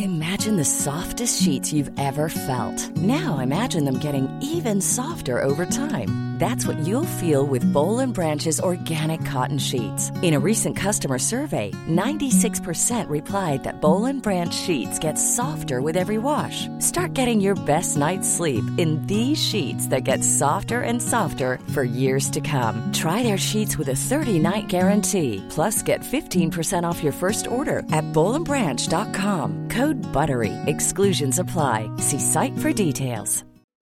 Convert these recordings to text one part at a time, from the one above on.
Imagine the softest sheets you've ever felt. Now imagine them getting even softer over time. That's what you'll feel with Boll & Branch's organic cotton sheets. In a recent customer survey, 96% replied that Boll & Branch sheets get softer with every wash. Start getting your best night's sleep in these sheets that get softer and softer for years to come. Try their sheets with a 30-night guarantee. Plus, get 15% off your first order at bollandbranch.com. Code BUTTERY. Exclusions apply. See site for details.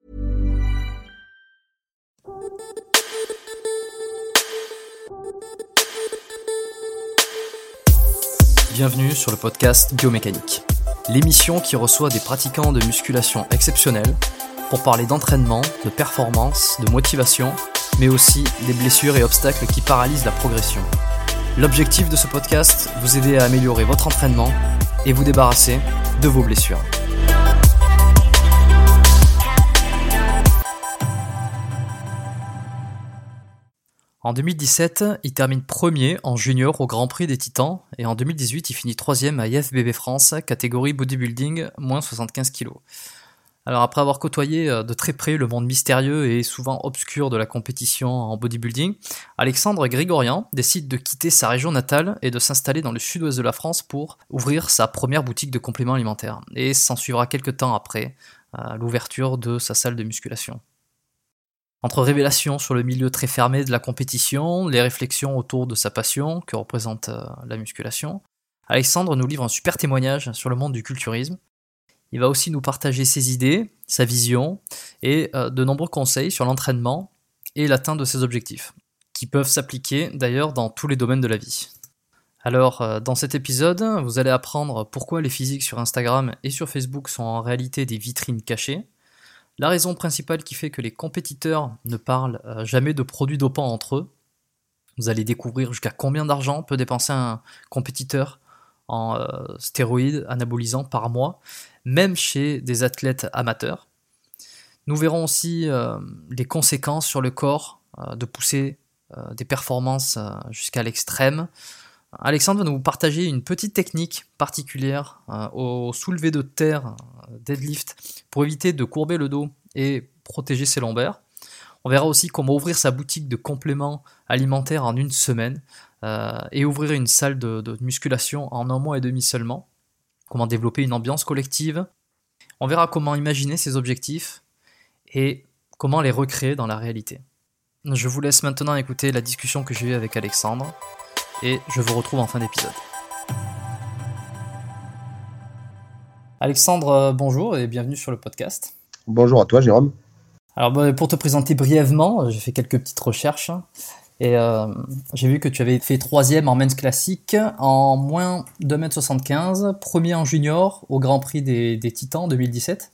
Bienvenue sur le podcast Biomécanique, l'émission qui reçoit des pratiquants de musculation exceptionnels pour parler d'entraînement, de performance, de motivation, mais aussi des blessures et obstacles qui paralysent la progression. L'objectif de ce podcast, vous aider à améliorer votre entraînement et vous débarrasser de vos blessures. En 2017, il termine premier en junior au Grand Prix des Titans et en 2018, il finit troisième à IFBB France, catégorie bodybuilding, moins 75 kg. Alors après avoir côtoyé de très près le monde mystérieux et souvent obscur de la compétition en bodybuilding, Alexandre Grigorian décide de quitter sa région natale et de s'installer dans le sud-ouest de la France pour ouvrir sa première boutique de compléments alimentaires. Et s'en suivra quelques temps après l'ouverture de sa salle de musculation. Entre révélations sur le milieu très fermé de la compétition, les réflexions autour de sa passion que représente la musculation, Alexandre nous livre un super témoignage sur le monde du culturisme. Il va aussi nous partager ses idées, sa vision et de nombreux conseils sur l'entraînement et l'atteinte de ses objectifs, qui peuvent s'appliquer d'ailleurs dans tous les domaines de la vie. Alors, dans cet épisode, vous allez apprendre pourquoi les physiques sur Instagram et sur Facebook sont en réalité des vitrines cachées, la raison principale qui fait que les compétiteurs ne parlent jamais de produits dopants entre eux. Vous allez découvrir jusqu'à combien d'argent peut dépenser un compétiteur en stéroïdes anabolisants par mois, même chez des athlètes amateurs. Nous verrons aussi les conséquences sur le corps de pousser des performances jusqu'à l'extrême. Alexandre va nous partager une petite technique particulière au soulevé de terre, deadlift, pour éviter de courber le dos et protéger ses lombaires. On verra aussi comment ouvrir sa boutique de compléments alimentaires en une semaine et ouvrir une salle de musculation en 1 mois et demi seulement. Comment développer une ambiance collective. On verra comment imaginer ses objectifs et comment les recréer dans la réalité. Je vous laisse maintenant écouter la discussion que j'ai eue avec Alexandre. Et je vous retrouve en fin d'épisode. Alexandre, bonjour et bienvenue sur le podcast. Bonjour à toi, Jérôme. Alors, pour te présenter brièvement, j'ai fait quelques petites recherches et j'ai vu que tu avais fait 3e en men's classique en moins 2m75, premier en junior au Grand Prix des Titans en 2017.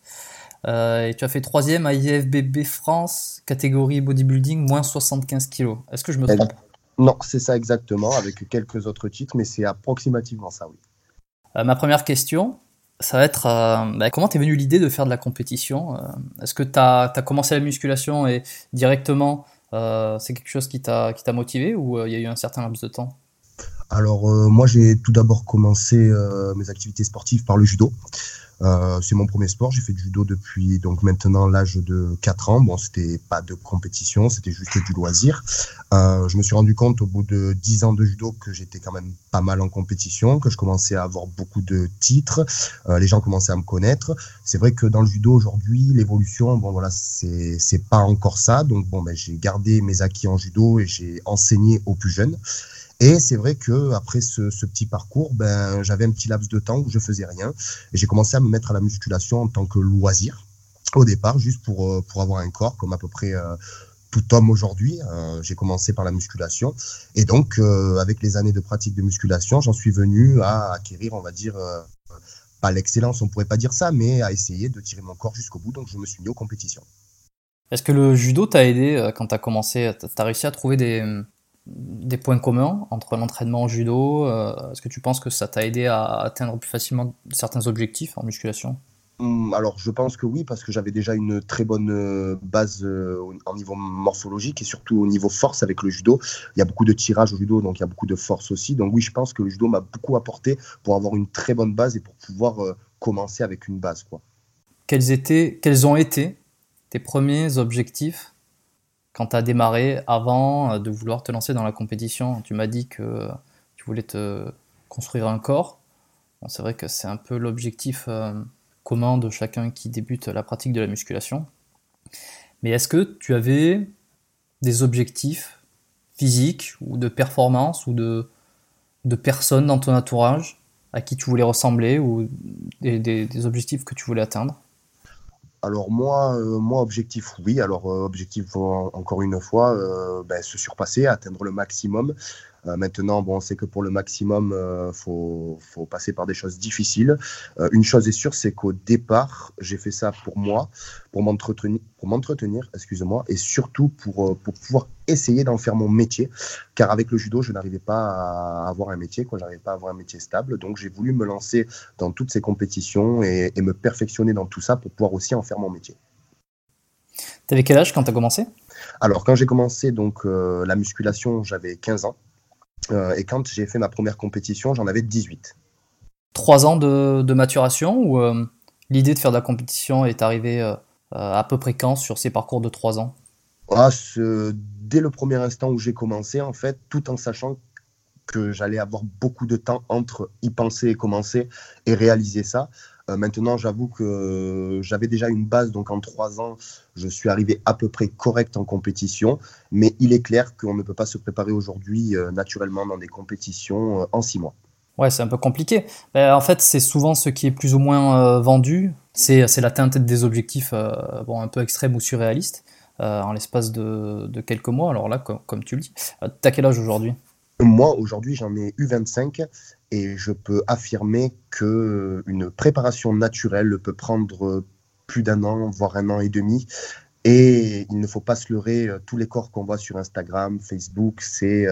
Et tu as fait 3e à IFBB France, catégorie bodybuilding, moins 75 kg. Est-ce que je me trompe ? Non, c'est ça exactement, avec quelques autres titres, mais c'est approximativement ça, oui. Ma première question, ça va être comment t'es venue l'idée de faire de la compétition ? Est-ce que t'as commencé la musculation et directement c'est quelque chose qui t'a motivé ou il y a eu un certain laps de temps ? Alors moi j'ai tout d'abord commencé mes activités sportives par le judo. C'est mon premier sport, j'ai fait du judo depuis donc maintenant l'âge de 4 ans. Bon, c'était pas de compétition, c'était juste du loisir. Je me suis rendu compte au bout de 10 ans de judo que j'étais quand même pas mal en compétition, que je commençais à avoir beaucoup de titres, les gens commençaient à me connaître. C'est vrai que dans le judo aujourd'hui, l'évolution, bon voilà, c'est pas encore ça. Donc bon, j'ai gardé mes acquis en judo et j'ai enseigné aux plus jeunes. Et c'est vrai que après ce petit parcours, j'avais un petit laps de temps où je faisais rien et j'ai commencé à me mettre à la musculation en tant que loisir au départ, juste pour avoir un corps comme à peu près tout homme aujourd'hui. J'ai commencé par la musculation et donc avec les années de pratique de musculation, j'en suis venu à acquérir, on va dire, pas l'excellence, on pourrait pas dire ça, mais à essayer de tirer mon corps jusqu'au bout. Donc je me suis mis aux compétitions. Est-ce que le judo t'a aidé quand t'as commencé, t'as réussi à trouver des points communs entre l'entraînement en judo? Est-ce que tu penses que ça t'a aidé à atteindre plus facilement certains objectifs en musculation? Alors, je pense que oui, parce que j'avais déjà une très bonne base en niveau morphologique et surtout au niveau force avec le judo. Il y a beaucoup de tirage au judo, donc il y a beaucoup de force aussi. Donc oui, je pense que le judo m'a beaucoup apporté pour avoir une très bonne base et pour pouvoir commencer avec une base, quoi. Quels ont été tes premiers objectifs quand tu as démarré avant de vouloir te lancer dans la compétition? Tu m'as dit que tu voulais te construire un corps. Bon, c'est vrai que c'est un peu l'objectif commun de chacun qui débute la pratique de la musculation. Mais est-ce que tu avais des objectifs physiques ou de performance ou de personnes dans ton entourage à qui tu voulais ressembler ou des objectifs que tu voulais atteindre? Alors moi, objectif, oui. Alors objectif, encore une fois, se surpasser, atteindre le maximum. Maintenant, bon, on sait que pour le maximum, faut passer par des choses difficiles. Une chose est sûre, c'est qu'au départ, j'ai fait ça pour moi, pour m'entretenir, excusez-moi, et surtout pour pouvoir essayer d'en faire mon métier. Car avec le judo, je n'arrivais pas à avoir un métier, quoi. J'arrivais pas à avoir un métier stable. Donc j'ai voulu me lancer dans toutes ces compétitions et me perfectionner dans tout ça pour pouvoir aussi en faire mon métier. T'avais quel âge quand tu as commencé? Alors quand j'ai commencé donc la musculation, j'avais 15 ans. Et quand j'ai fait ma première compétition, j'en avais 18. 3 ans de maturation ou l'idée de faire de la compétition est arrivée à peu près quand sur ces parcours de 3 ans? Dès le premier instant où j'ai commencé, en fait, tout en sachant que j'allais avoir beaucoup de temps entre y penser et commencer et réaliser ça. Maintenant, j'avoue que j'avais déjà une base, donc en 3 ans, je suis arrivé à peu près correct en compétition, mais il est clair qu'on ne peut pas se préparer aujourd'hui naturellement dans des compétitions en 6 mois. Ouais, c'est un peu compliqué. En fait, c'est souvent ce qui est plus ou moins vendu, c'est l'atteinte des objectifs un peu extrêmes ou surréalistes en l'espace de quelques mois. Alors là, comme tu le dis, t'as quel âge aujourd'hui? Moi, aujourd'hui, j'en ai eu 25 et je peux affirmer qu'une préparation naturelle peut prendre plus d'1 an, voire 1 an et demi. Et il ne faut pas se leurrer, tous les corps qu'on voit sur Instagram, Facebook, c'est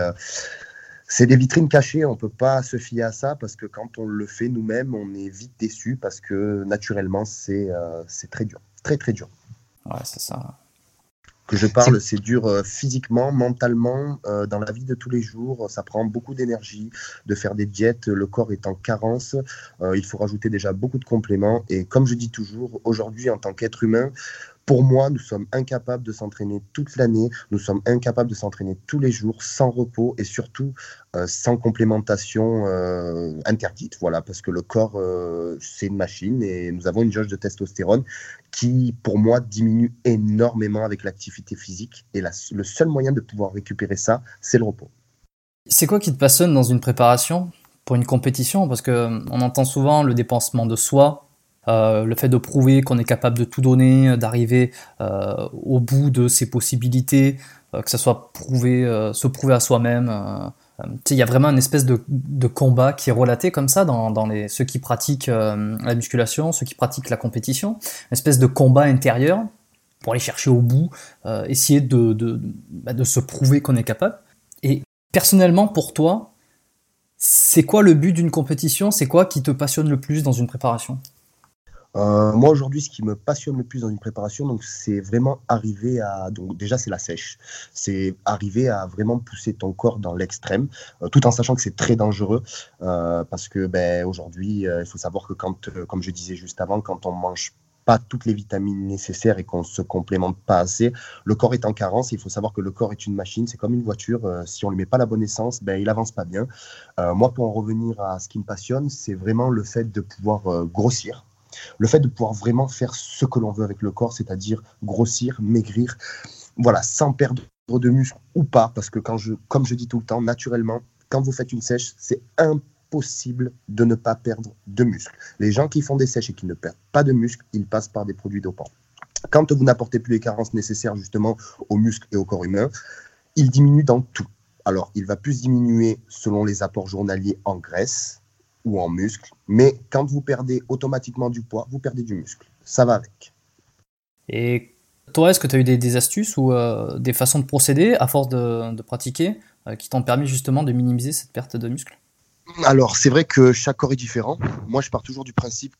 des vitrines cachées. On ne peut pas se fier à ça parce que quand on le fait nous-mêmes, on est vite déçu parce que naturellement, c'est très dur, très très dur. Ouais, c'est ça. Que je parle, c'est dur physiquement, mentalement, dans la vie de tous les jours. Ça prend beaucoup d'énergie de faire des diètes. Le corps est en carence. Il faut rajouter déjà beaucoup de compléments. Et comme je dis toujours, aujourd'hui, en tant qu'être humain, pour moi, nous sommes incapables de s'entraîner toute l'année. Nous sommes incapables de s'entraîner tous les jours, sans repos et surtout sans complémentation interdite. Voilà, parce que le corps, c'est une machine et nous avons une jauge de testostérone qui, pour moi, diminue énormément avec l'activité physique. Et le seul moyen de pouvoir récupérer ça, c'est le repos. C'est quoi qui te passionne dans une préparation pour une compétition? Parce qu'on entend souvent le dépensement de soi, le fait de prouver qu'on est capable de tout donner, d'arriver au bout de ses possibilités, que ce soit se prouver à soi-même. Il y a vraiment une espèce de combat qui est relaté comme ça dans ceux qui pratiquent la musculation, ceux qui pratiquent la compétition, une espèce de combat intérieur pour aller chercher au bout, essayer de se prouver qu'on est capable. Et personnellement, pour toi, c'est quoi le but d'une compétition? C'est quoi qui te passionne le plus dans une préparation? Moi aujourd'hui, ce qui me passionne le plus dans une préparation, donc c'est vraiment arriver à, donc déjà c'est la sèche, c'est arriver à vraiment pousser ton corps dans l'extrême, tout en sachant que c'est très dangereux, parce que aujourd'hui, il faut savoir que comme je disais juste avant, quand on mange pas toutes les vitamines nécessaires et qu'on se complémente pas assez, le corps est en carence. Il faut savoir que le corps est une machine, c'est comme une voiture. Si on lui met pas la bonne essence, il avance pas bien. Moi, pour en revenir à ce qui me passionne, c'est vraiment le fait de pouvoir grossir. Le fait de pouvoir vraiment faire ce que l'on veut avec le corps, c'est-à-dire grossir, maigrir, voilà, sans perdre de muscle ou pas, parce que comme je dis tout le temps, naturellement, quand vous faites une sèche, c'est impossible de ne pas perdre de muscle. Les gens qui font des sèches et qui ne perdent pas de muscle, ils passent par des produits dopants. Quand vous n'apportez plus les carences nécessaires justement aux muscles et au corps humain, il diminue dans tout. Alors, il va plus diminuer selon les apports journaliers en graisse ou en muscle, mais quand vous perdez automatiquement du poids, vous perdez du muscle. Ça va avec. Et toi, est-ce que tu as eu des astuces ou des façons de procéder à force de pratiquer qui t'ont permis justement de minimiser cette perte de muscle? Alors, c'est vrai que chaque corps est différent. Moi, je pars toujours du principe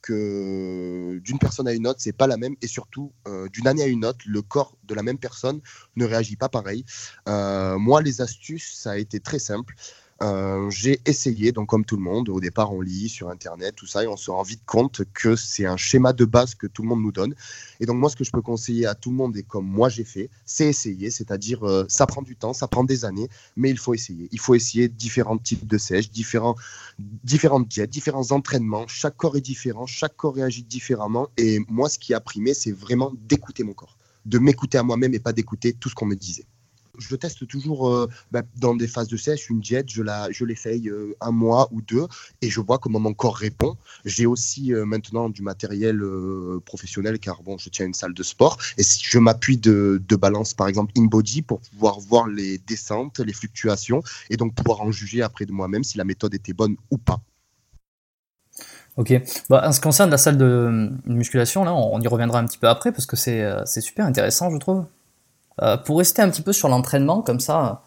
que d'une personne à une autre, c'est pas la même. Et surtout, d'une année à une autre, le corps de la même personne ne réagit pas pareil. Moi, les astuces, ça a été très simple. J'ai essayé, donc comme tout le monde, au départ on lit sur internet, tout ça, et on se rend vite compte que c'est un schéma de base que tout le monde nous donne. Et donc moi ce que je peux conseiller à tout le monde, et comme moi j'ai fait, c'est essayer, c'est-à-dire ça prend du temps, ça prend des années, mais il faut essayer. Il faut essayer différents types de sèches, différentes diètes, différents entraînements, chaque corps est différent, chaque corps réagit différemment, et moi ce qui a primé, c'est vraiment d'écouter mon corps, de m'écouter à moi-même et pas d'écouter tout ce qu'on me disait. Je teste toujours dans des phases de sèche, une diète, je l'essaye un mois ou deux et je vois comment mon corps répond. J'ai aussi maintenant du matériel professionnel car bon, je tiens une salle de sport et je m'appuie de balance par exemple InBody pour pouvoir voir les descentes, les fluctuations et donc pouvoir en juger après de moi-même si la méthode était bonne ou pas. Ok. En ce qui concerne la salle de musculation, là, on y reviendra un petit peu après parce que c'est super intéressant, je trouve. Pour rester un petit peu sur l'entraînement, comme ça,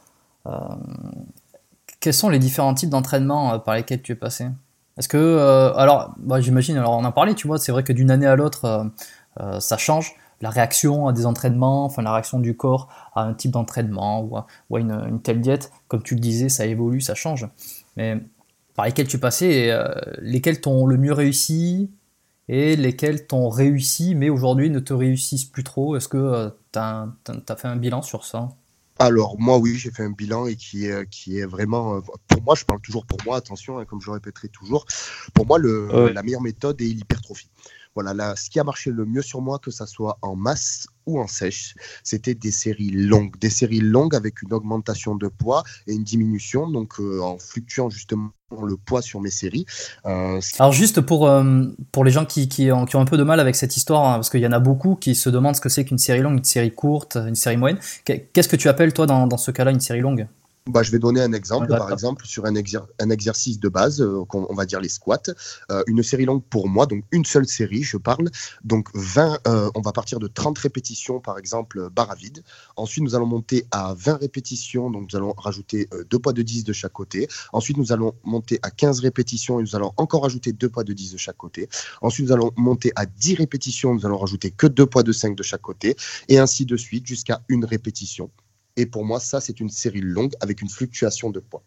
quels sont les différents types d'entraînement par lesquels tu es passé? Est-ce que, j'imagine, alors on en parlait, tu vois, c'est vrai que d'une année à l'autre, ça change. La réaction à des entraînements, enfin la réaction du corps à un type d'entraînement ou à une telle diète, comme tu le disais, ça évolue, ça change. Mais par lesquels tu es passé, et, lesquels t'ont le mieux réussi et lesquels t'ont réussi, mais aujourd'hui ne te réussissent plus trop. Est-ce que t'as fait un bilan sur ça? Alors moi oui, j'ai fait un bilan et qui est vraiment, pour moi, je parle toujours pour moi, attention, hein, comme je le répéterai toujours, pour moi la meilleure méthode est l'hypertrophie. Voilà, là, ce qui a marché le mieux sur moi, que ça soit en masse ou en sèche, c'était des séries longues avec une augmentation de poids et une diminution, donc en fluctuant justement le poids sur mes séries. Alors juste pour les gens qui ont un peu de mal avec cette histoire, hein, parce qu'il y en a beaucoup qui se demandent ce que c'est qu'une série longue, une série courte, une série moyenne. Qu'est-ce que tu appelles toi dans ce cas-là une série longue? Je vais donner un exemple, par exemple, sur un exercice de base, on va dire les squats. Une série longue pour moi, donc une seule série, je parle. Donc 20, on va partir de 30 répétitions, par exemple, barre à vide. Ensuite, nous allons monter à 20 répétitions, donc nous allons rajouter 2 poids de 10 de chaque côté. Ensuite, nous allons monter à 15 répétitions et nous allons encore rajouter 2 poids de 10 de chaque côté. Ensuite, nous allons monter à 10 répétitions, nous allons rajouter que 2 poids de 5 de chaque côté. Et ainsi de suite jusqu'à une répétition. Et pour moi, ça, c'est une série longue avec une fluctuation de poids.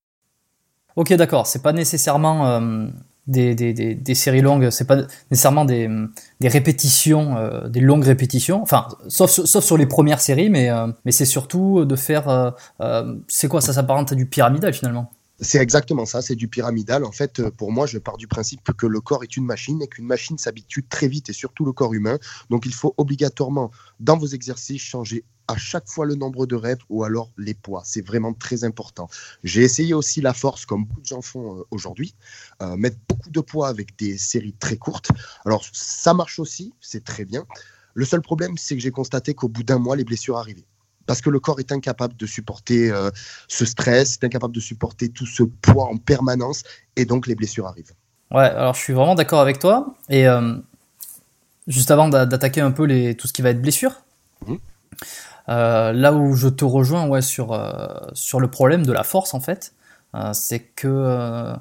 Ok, d'accord. C'est pas nécessairement des séries longues, c'est pas nécessairement des répétitions, des longues répétitions. Enfin, sauf sur les premières séries, mais c'est surtout de faire. C'est quoi ça s'apparente à du pyramidal finalement? C'est exactement ça, c'est du pyramidal. En fait, pour moi, je pars du principe que le corps est une machine et qu'une machine s'habitue très vite, et surtout le corps humain. Donc, il faut obligatoirement, dans vos exercices, changer à chaque fois le nombre de reps ou alors les poids. C'est vraiment très important. J'ai essayé aussi la force, comme beaucoup de gens font aujourd'hui, mettre beaucoup de poids avec des séries très courtes. Alors, ça marche aussi, c'est très bien. Le seul problème, c'est que j'ai constaté qu'au bout d'un mois, les blessures arrivaient. Parce que le corps est incapable de supporter ce stress, est incapable de supporter tout ce poids en permanence, et donc les blessures arrivent. Ouais, alors je suis vraiment d'accord avec toi. Et juste avant d'attaquer un peu tout ce qui va être blessure, là où je te rejoins sur le problème de la force, en fait, c'est que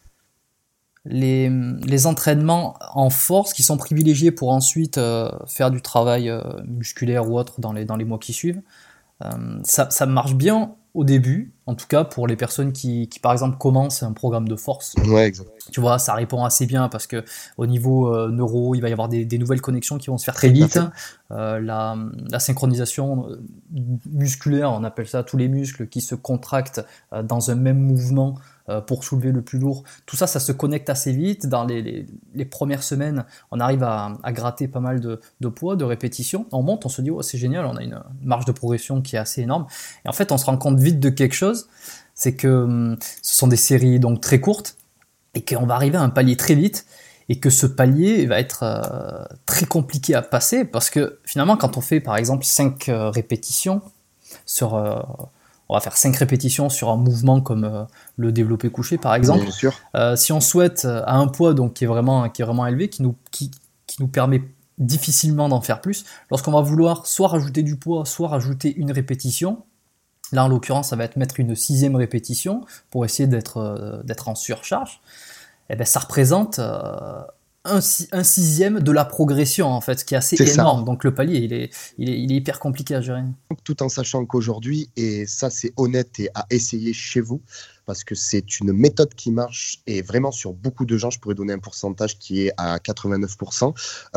les entraînements en force qui sont privilégiés pour ensuite faire du travail musculaire ou autre dans les mois qui suivent, ça marche bien au début, en tout cas pour les personnes qui par exemple commencent un programme de force. Ouais, exactement. Tu vois, ça répond assez bien parce que au niveau neuro, il va y avoir des nouvelles connexions qui vont se faire très vite. La synchronisation musculaire, on appelle ça tous les muscles qui se contractent dans un même mouvement pour soulever le plus lourd. Tout ça, ça se connecte assez vite. Dans les premières semaines, on arrive à gratter pas mal de poids, de répétitions. On monte, on se dit, oh, c'est génial, on a une marge de progression qui est assez énorme. Et en fait, on se rend compte vite de quelque chose, c'est que ce sont des séries donc très courtes et qu'on va arriver à un palier très vite et que ce palier va être très compliqué à passer parce que finalement, quand on fait par exemple 5 répétitions on va faire 5 répétitions sur un mouvement comme le développé couché par exemple. Bien sûr. Si on souhaite à un poids donc qui est vraiment élevé, qui nous permet difficilement d'en faire plus, lorsqu'on va vouloir soit rajouter du poids, soit rajouter une répétition, là en l'occurrence ça va être mettre une 6e répétition pour essayer d'être en surcharge, et ben ça représente un 6e de la progression en fait, ce qui est assez énorme. Ça. Donc le palier il est hyper compliqué à gérer. Tout en sachant qu'aujourd'hui, et ça c'est honnête et à essayer chez vous, parce que c'est une méthode qui marche et vraiment sur beaucoup de gens, je pourrais donner un pourcentage qui est à 89%.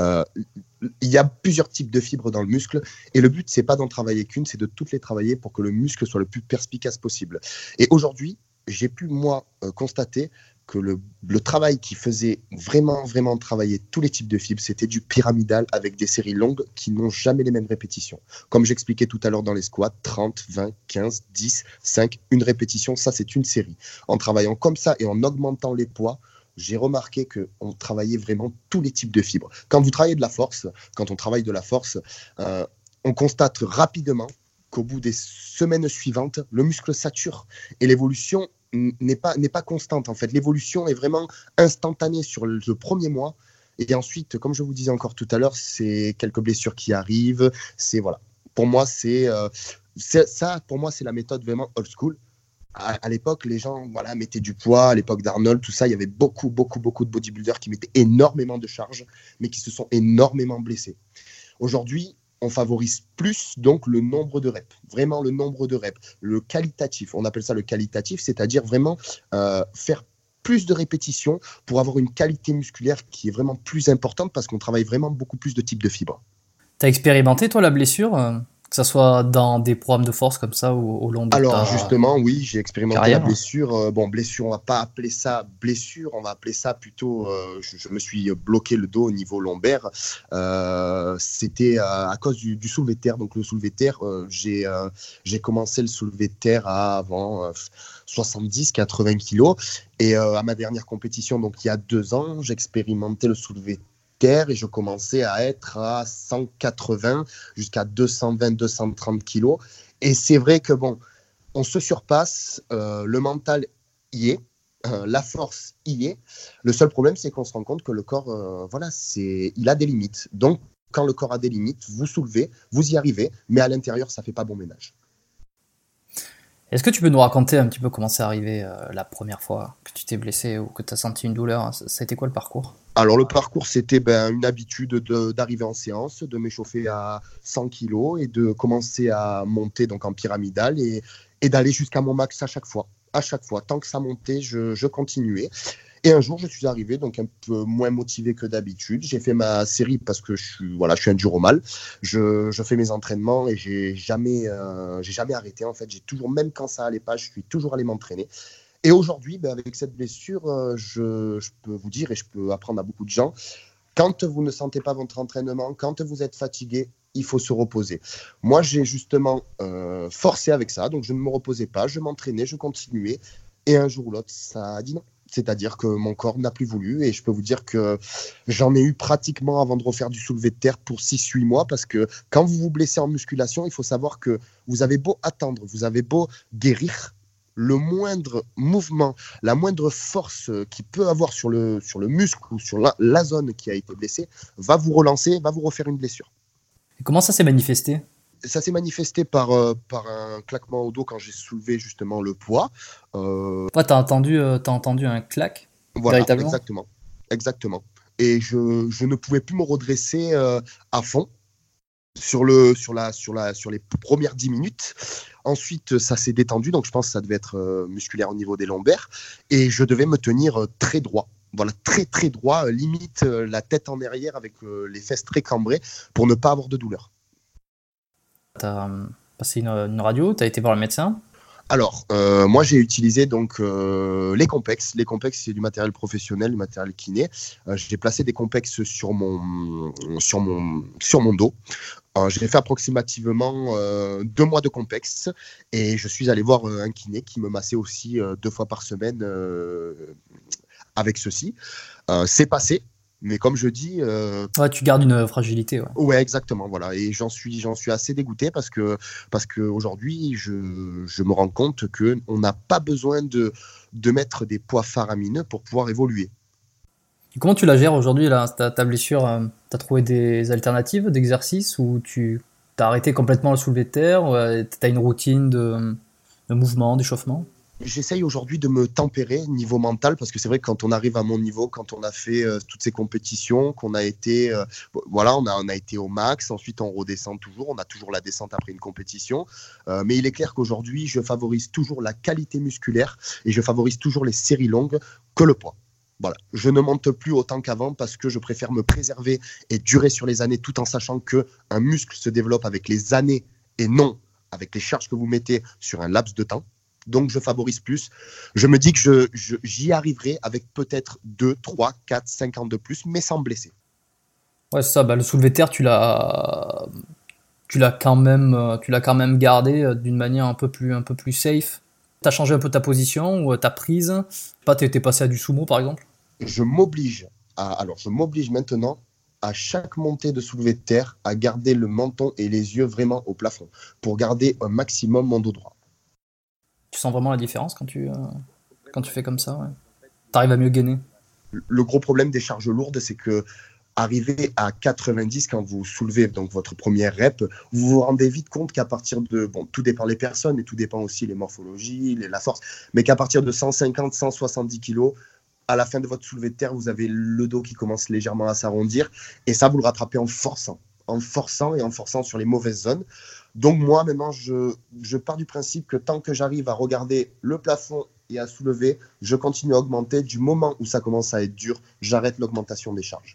Il y a plusieurs types de fibres dans le muscle et le but, c'est pas d'en travailler qu'une, c'est de toutes les travailler pour que le muscle soit le plus perspicace possible. Et aujourd'hui, j'ai pu, moi, constater que le travail qui faisait vraiment, vraiment travailler tous les types de fibres, c'était du pyramidal avec des séries longues qui n'ont jamais les mêmes répétitions. Comme j'expliquais tout à l'heure dans les squats, 30, 20, 15, 10, 5, une répétition, ça c'est une série. En travaillant comme ça et en augmentant les poids, j'ai remarqué qu'on travaillait vraiment tous les types de fibres. Quand vous travaillez de la force, quand on travaille de la force, on constate rapidement qu'au bout des semaines suivantes, le muscle sature et l'évolution n'est pas constante en fait. L'évolution est vraiment instantanée sur le premier mois et ensuite, comme je vous disais encore tout à l'heure, c'est quelques blessures qui arrivent. C'est voilà. Pour moi, c'est la méthode vraiment old school. À l'époque, les gens mettaient du poids. À l'époque d'Arnold, tout ça, il y avait beaucoup de bodybuilders qui mettaient énormément de charges, mais qui se sont énormément blessés. Aujourd'hui, on favorise plus donc le nombre de reps, vraiment le nombre de reps, le qualitatif. On appelle ça le qualitatif, c'est-à-dire vraiment faire plus de répétitions pour avoir une qualité musculaire qui est vraiment plus importante parce qu'on travaille vraiment beaucoup plus de types de fibres. T'as expérimenté toi la blessure, que ça soit dans des programmes de force comme ça ou au long de Alors justement, oui, j'ai expérimenté carrière. La blessure. Blessure, on va pas appeler ça blessure, on va appeler ça plutôt. Je me suis bloqué le dos au niveau lombaire. C'était à cause du soulevé de terre. Donc le soulevé de terre, j'ai commencé le soulevé de terre avant 70-80 kilos. Et à ma dernière compétition, donc il y a 2 ans, j'expérimentais le soulevé de terre et je commençais à être à 180 jusqu'à 220-230 kilos. Et c'est vrai que on se surpasse, le mental y est, la force y est. Le seul problème, c'est qu'on se rend compte que le corps, il a des limites. Donc, quand le corps a des limites, vous soulevez, vous y arrivez, mais à l'intérieur, ça fait pas bon ménage. Est-ce que tu peux nous raconter un petit peu comment c'est arrivé la première fois que tu t'es blessé ou que tu as senti une douleur? Ça a été quoi le parcours? Alors le parcours, c'était une habitude d'arriver en séance, de m'échauffer à 100 kilos et de commencer à monter donc en pyramidale et d'aller jusqu'à mon max à chaque fois. À chaque fois, tant que ça montait, je continuais. Et un jour, je suis arrivé donc un peu moins motivé que d'habitude. J'ai fait ma série parce que je suis un dur au mal. Je fais mes entraînements et j'ai jamais arrêté en fait. J'ai toujours, même quand ça allait pas, je suis toujours allé m'entraîner. Et aujourd'hui, avec cette blessure, je peux vous dire et je peux apprendre à beaucoup de gens, quand vous ne sentez pas votre entraînement, quand vous êtes fatigué, il faut se reposer. Moi, j'ai justement forcé avec ça, donc je ne me reposais pas, je m'entraînais, je continuais, et un jour ou l'autre, ça a dit non. C'est-à-dire que mon corps n'a plus voulu, et je peux vous dire que j'en ai eu pratiquement avant de refaire du soulevé de terre pour 6-8 mois, parce que quand vous vous blessez en musculation, il faut savoir que vous avez beau attendre, vous avez beau guérir, le moindre mouvement, la moindre force qu'il peut avoir sur le muscle ou sur la zone qui a été blessée va vous relancer, va vous refaire une blessure. Et comment ça s'est manifesté? Ça s'est manifesté par un claquement au dos quand j'ai soulevé justement le poids. Ouais, t'as entendu un clac? Voilà, véritablement? Exactement. Et je ne pouvais plus me redresser à fond sur les premières 10 minutes. Ensuite, ça s'est détendu, donc je pense que ça devait être musculaire au niveau des lombaires. Et je devais me tenir très droit. Voilà, très très droit, limite la tête en arrière avec les fesses très cambrées pour ne pas avoir de douleur. T'as passé une radio? T'as été voir le médecin? Alors, moi j'ai utilisé donc les Compex. Les Compex, c'est du matériel professionnel, du matériel kiné. J'ai placé des Compex sur mon dos. J'ai fait approximativement 2 mois de Compex et je suis allé voir un kiné qui me massait aussi 2 fois par semaine avec ceci. C'est passé. Mais comme je dis... Ouais, tu gardes une fragilité. Ouais, exactement. Voilà. Et j'en suis assez dégoûté parce que aujourd'hui, je me rends compte qu'on n'a pas besoin de mettre des poids faramineux pour pouvoir évoluer. Et comment tu la gères aujourd'hui, là, ta blessure? T'as trouvé des alternatives d'exercice ou tu t'as arrêté complètement le soulevé de terre? Ou t'as une routine de mouvement, d'échauffement? J'essaye aujourd'hui de me tempérer niveau mental parce que c'est vrai que quand on arrive à mon niveau, quand on a fait toutes ces compétitions, qu'on a été, voilà, on a été au max, ensuite on redescend toujours, on a toujours la descente après une compétition. Mais il est clair qu'aujourd'hui, je favorise toujours la qualité musculaire et je favorise toujours les séries longues que le poids. Voilà. Je ne monte plus autant qu'avant parce que je préfère me préserver et durer sur les années tout en sachant qu'un muscle se développe avec les années et non avec les charges que vous mettez sur un laps de temps. Donc, je favorise plus. Je me dis que j'y arriverai avec peut-être 2, 3, 4, 5 ans de plus, mais sans blesser. Ouais, c'est ça. Le soulevé de terre, tu l'as quand même gardé d'une manière un peu plus safe. T'as changé un peu ta position ou ta prise. T'es passé à du sumo, par exemple. Je m'oblige maintenant à chaque montée de soulevé de terre à garder le menton et les yeux vraiment au plafond pour garder un maximum mon dos droit. Tu sens vraiment la différence quand tu fais comme ça, ouais. T'arrives à mieux gainer. Le gros problème des charges lourdes, c'est que arriver à 90 quand vous soulevez donc votre première rep, vous vous rendez vite compte qu'à partir de, tout dépend des personnes et tout dépend aussi les morphologies, la force, mais qu'à partir de 150, 170 kilos, à la fin de votre soulevé de terre, vous avez le dos qui commence légèrement à s'arrondir et ça, vous le rattrapez en forçant sur les mauvaises zones. Donc moi, maintenant, je pars du principe que tant que j'arrive à regarder le plafond et à soulever, je continue à augmenter. Du moment où ça commence à être dur, j'arrête l'augmentation des charges.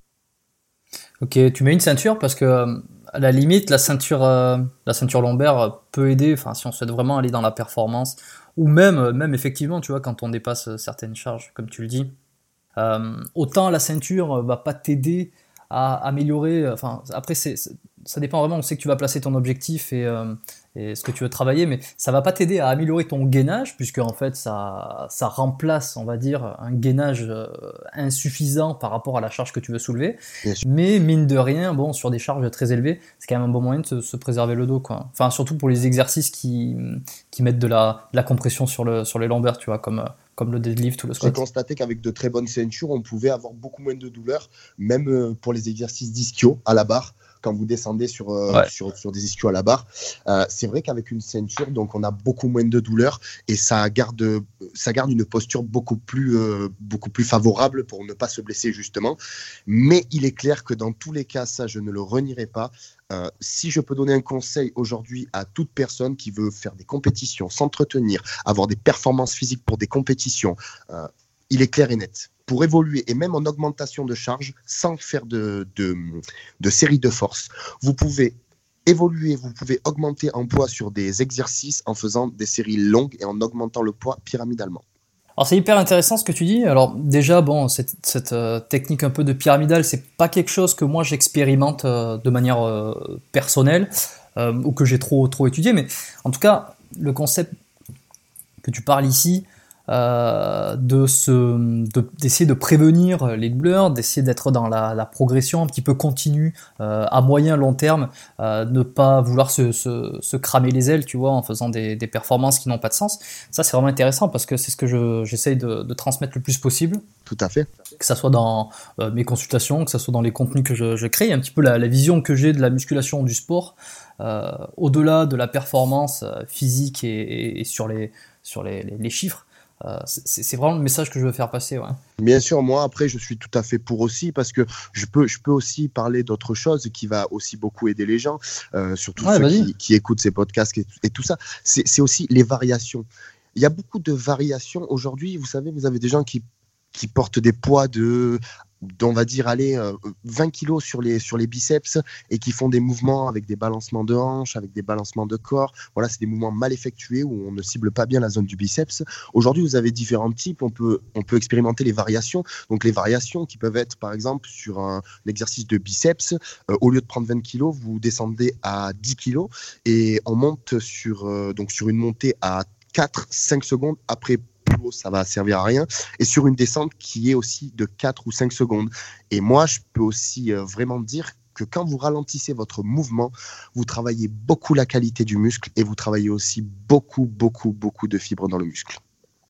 Ok, tu mets une ceinture parce que à la limite, la ceinture lombaire peut aider. Enfin, si on souhaite vraiment aller dans la performance, ou même effectivement, tu vois, quand on dépasse certaines charges, comme tu le dis, autant la ceinture va pas t'aider à améliorer. Enfin, après, ça dépend vraiment. On sait que tu vas placer ton objectif et ce que tu veux travailler, mais ça va pas t'aider à améliorer ton gainage, puisque en fait, ça remplace, on va dire, un gainage insuffisant par rapport à la charge que tu veux soulever. Mais mine de rien, sur des charges très élevées, c'est quand même un bon moyen de se préserver le dos, quoi. Enfin, surtout pour les exercices qui mettent de la compression sur les lombaires, tu vois, comme le deadlift ou le squat. J'ai constaté qu'avec de très bonnes ceintures, on pouvait avoir beaucoup moins de douleur, même pour les exercices d'ischio à la barre. Quand vous descendez sur des ischios à la barre, c'est vrai qu'avec une ceinture, donc on a beaucoup moins de douleur et ça garde une posture beaucoup plus favorable pour ne pas se blesser justement. Mais il est clair que dans tous les cas, ça je ne le renierai pas. Si je peux donner un conseil aujourd'hui à toute personne qui veut faire des compétitions, s'entretenir, avoir des performances physiques pour des compétitions, il est clair et net. Pour évoluer et même en augmentation de charge, sans faire de série de force, vous pouvez évoluer, vous pouvez augmenter en poids sur des exercices en faisant des séries longues et en augmentant le poids pyramidalement. Alors c'est hyper intéressant ce que tu dis. Alors déjà, cette technique un peu de pyramidale, c'est pas quelque chose que moi j'expérimente de manière personnelle ou que j'ai trop étudié, mais en tout cas, le concept que tu parles ici, d'essayer de prévenir les douleurs, d'essayer d'être dans la progression un petit peu continue à moyen long terme, ne pas vouloir se cramer les ailes, tu vois, en faisant des performances qui n'ont pas de sens. Ça c'est vraiment intéressant parce que c'est ce que j'essaye de transmettre le plus possible. Tout à fait. Que ça soit dans mes consultations, que ça soit dans les contenus que je crée, un petit peu la vision que j'ai de la musculation, du sport, au-delà de la performance physique et sur les chiffres. C'est vraiment le message que je veux faire passer. Ouais. Bien sûr, moi après je suis tout à fait pour aussi parce que je peux aussi parler d'autre chose qui va aussi beaucoup aider les gens, surtout ceux qui écoutent ces podcasts et tout ça. C'est aussi les variations. Il y a beaucoup de variations aujourd'hui. Vous savez, vous avez des gens qui portent des poids on va dire 20 kilos sur les biceps et qui font des mouvements avec des balancements de hanches, avec des balancements de corps. Voilà, c'est des mouvements mal effectués où on ne cible pas bien la zone du biceps. Aujourd'hui, vous avez différents types. On peut expérimenter les variations. Donc les variations qui peuvent être par exemple sur un exercice de biceps, au lieu de prendre 20 kilos, vous descendez à 10 kilos et on monte sur une montée à 4-5 secondes après. Ça va servir à rien, et sur une descente qui est aussi de 4 ou 5 secondes. Et moi, je peux aussi vraiment dire que quand vous ralentissez votre mouvement, vous travaillez beaucoup la qualité du muscle et vous travaillez aussi beaucoup, beaucoup, beaucoup de fibres dans le muscle.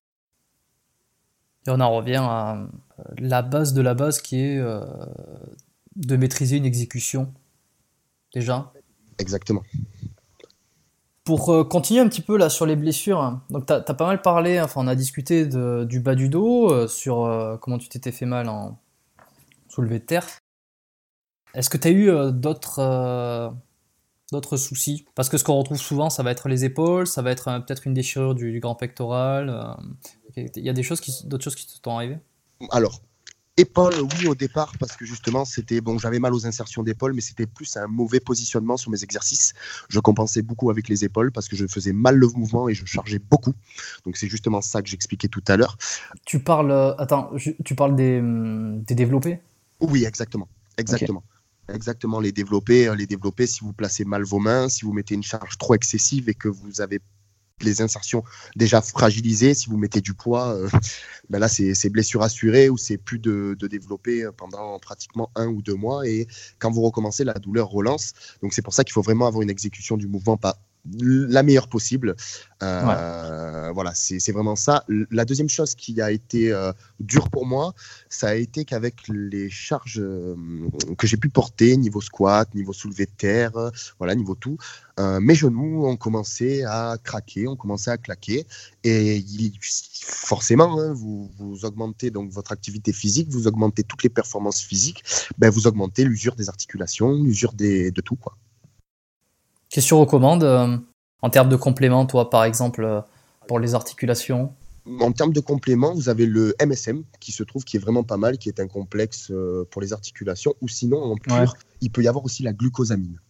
Et on en revient à la base de la base qui est de maîtriser une exécution, déjà. Exactement. Pour continuer un petit peu là sur les blessures, hein. Donc t'as pas mal parlé, enfin on a discuté du bas du dos, sur comment tu t'étais fait mal en soulevé de terre. Est-ce que t'as eu d'autres soucis? Parce que ce qu'on retrouve souvent, ça va être les épaules, ça va être peut-être une déchirure du grand pectoral. Il y a d'autres choses qui te sont arrivées? Alors, épaules, oui, au départ, parce que justement, j'avais mal aux insertions d'épaule, mais c'était plus un mauvais positionnement sur mes exercices. Je compensais beaucoup avec les épaules parce que je faisais mal le mouvement et je chargeais beaucoup. Donc, c'est justement ça que j'expliquais tout à l'heure. Tu parles, tu parles des développés? Oui, exactement. Exactement. Okay. Exactement, les développés, si vous placez mal vos mains, si vous mettez une charge trop excessive et que vous avez les insertions déjà fragilisées, si vous mettez du poids, là c'est blessure assurée ou c'est plus de développer pendant pratiquement 1 ou 2 mois, et quand vous recommencez, la douleur relance. Donc c'est pour ça qu'il faut vraiment avoir une exécution du mouvement pas la meilleure possible. Voilà, c'est vraiment ça. La deuxième chose qui a été dure pour moi, ça a été qu'avec les charges que j'ai pu porter, niveau squat, niveau soulevé de terre, niveau tout, mes genoux ont commencé à craquer, ont commencé à claquer, et forcément, hein, vous augmentez donc votre activité physique, vous augmentez toutes les performances physiques, vous augmentez l'usure des articulations, l'usure de tout, quoi. Qu'est-ce que tu recommandes en termes de compléments, toi, par exemple, pour les articulations? En termes de compléments, vous avez le MSM qui est vraiment pas mal, qui est un complexe pour les articulations, ou sinon, en pur, il peut y avoir aussi la glucosamine.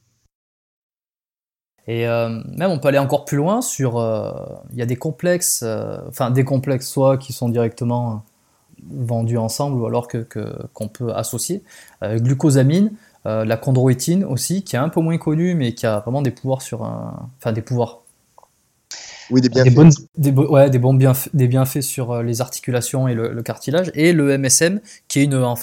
Et même, on peut aller encore plus loin sur... Il y a des complexes, soit qui sont directement vendus ensemble, ou alors qu'on peut associer. Glucosamine, la chondroïtine aussi, qui est un peu moins connue, mais qui a vraiment des pouvoirs des pouvoirs. Oui, des bienfaits. Des bienfaits sur les articulations et le cartilage. Et le MSM, qui est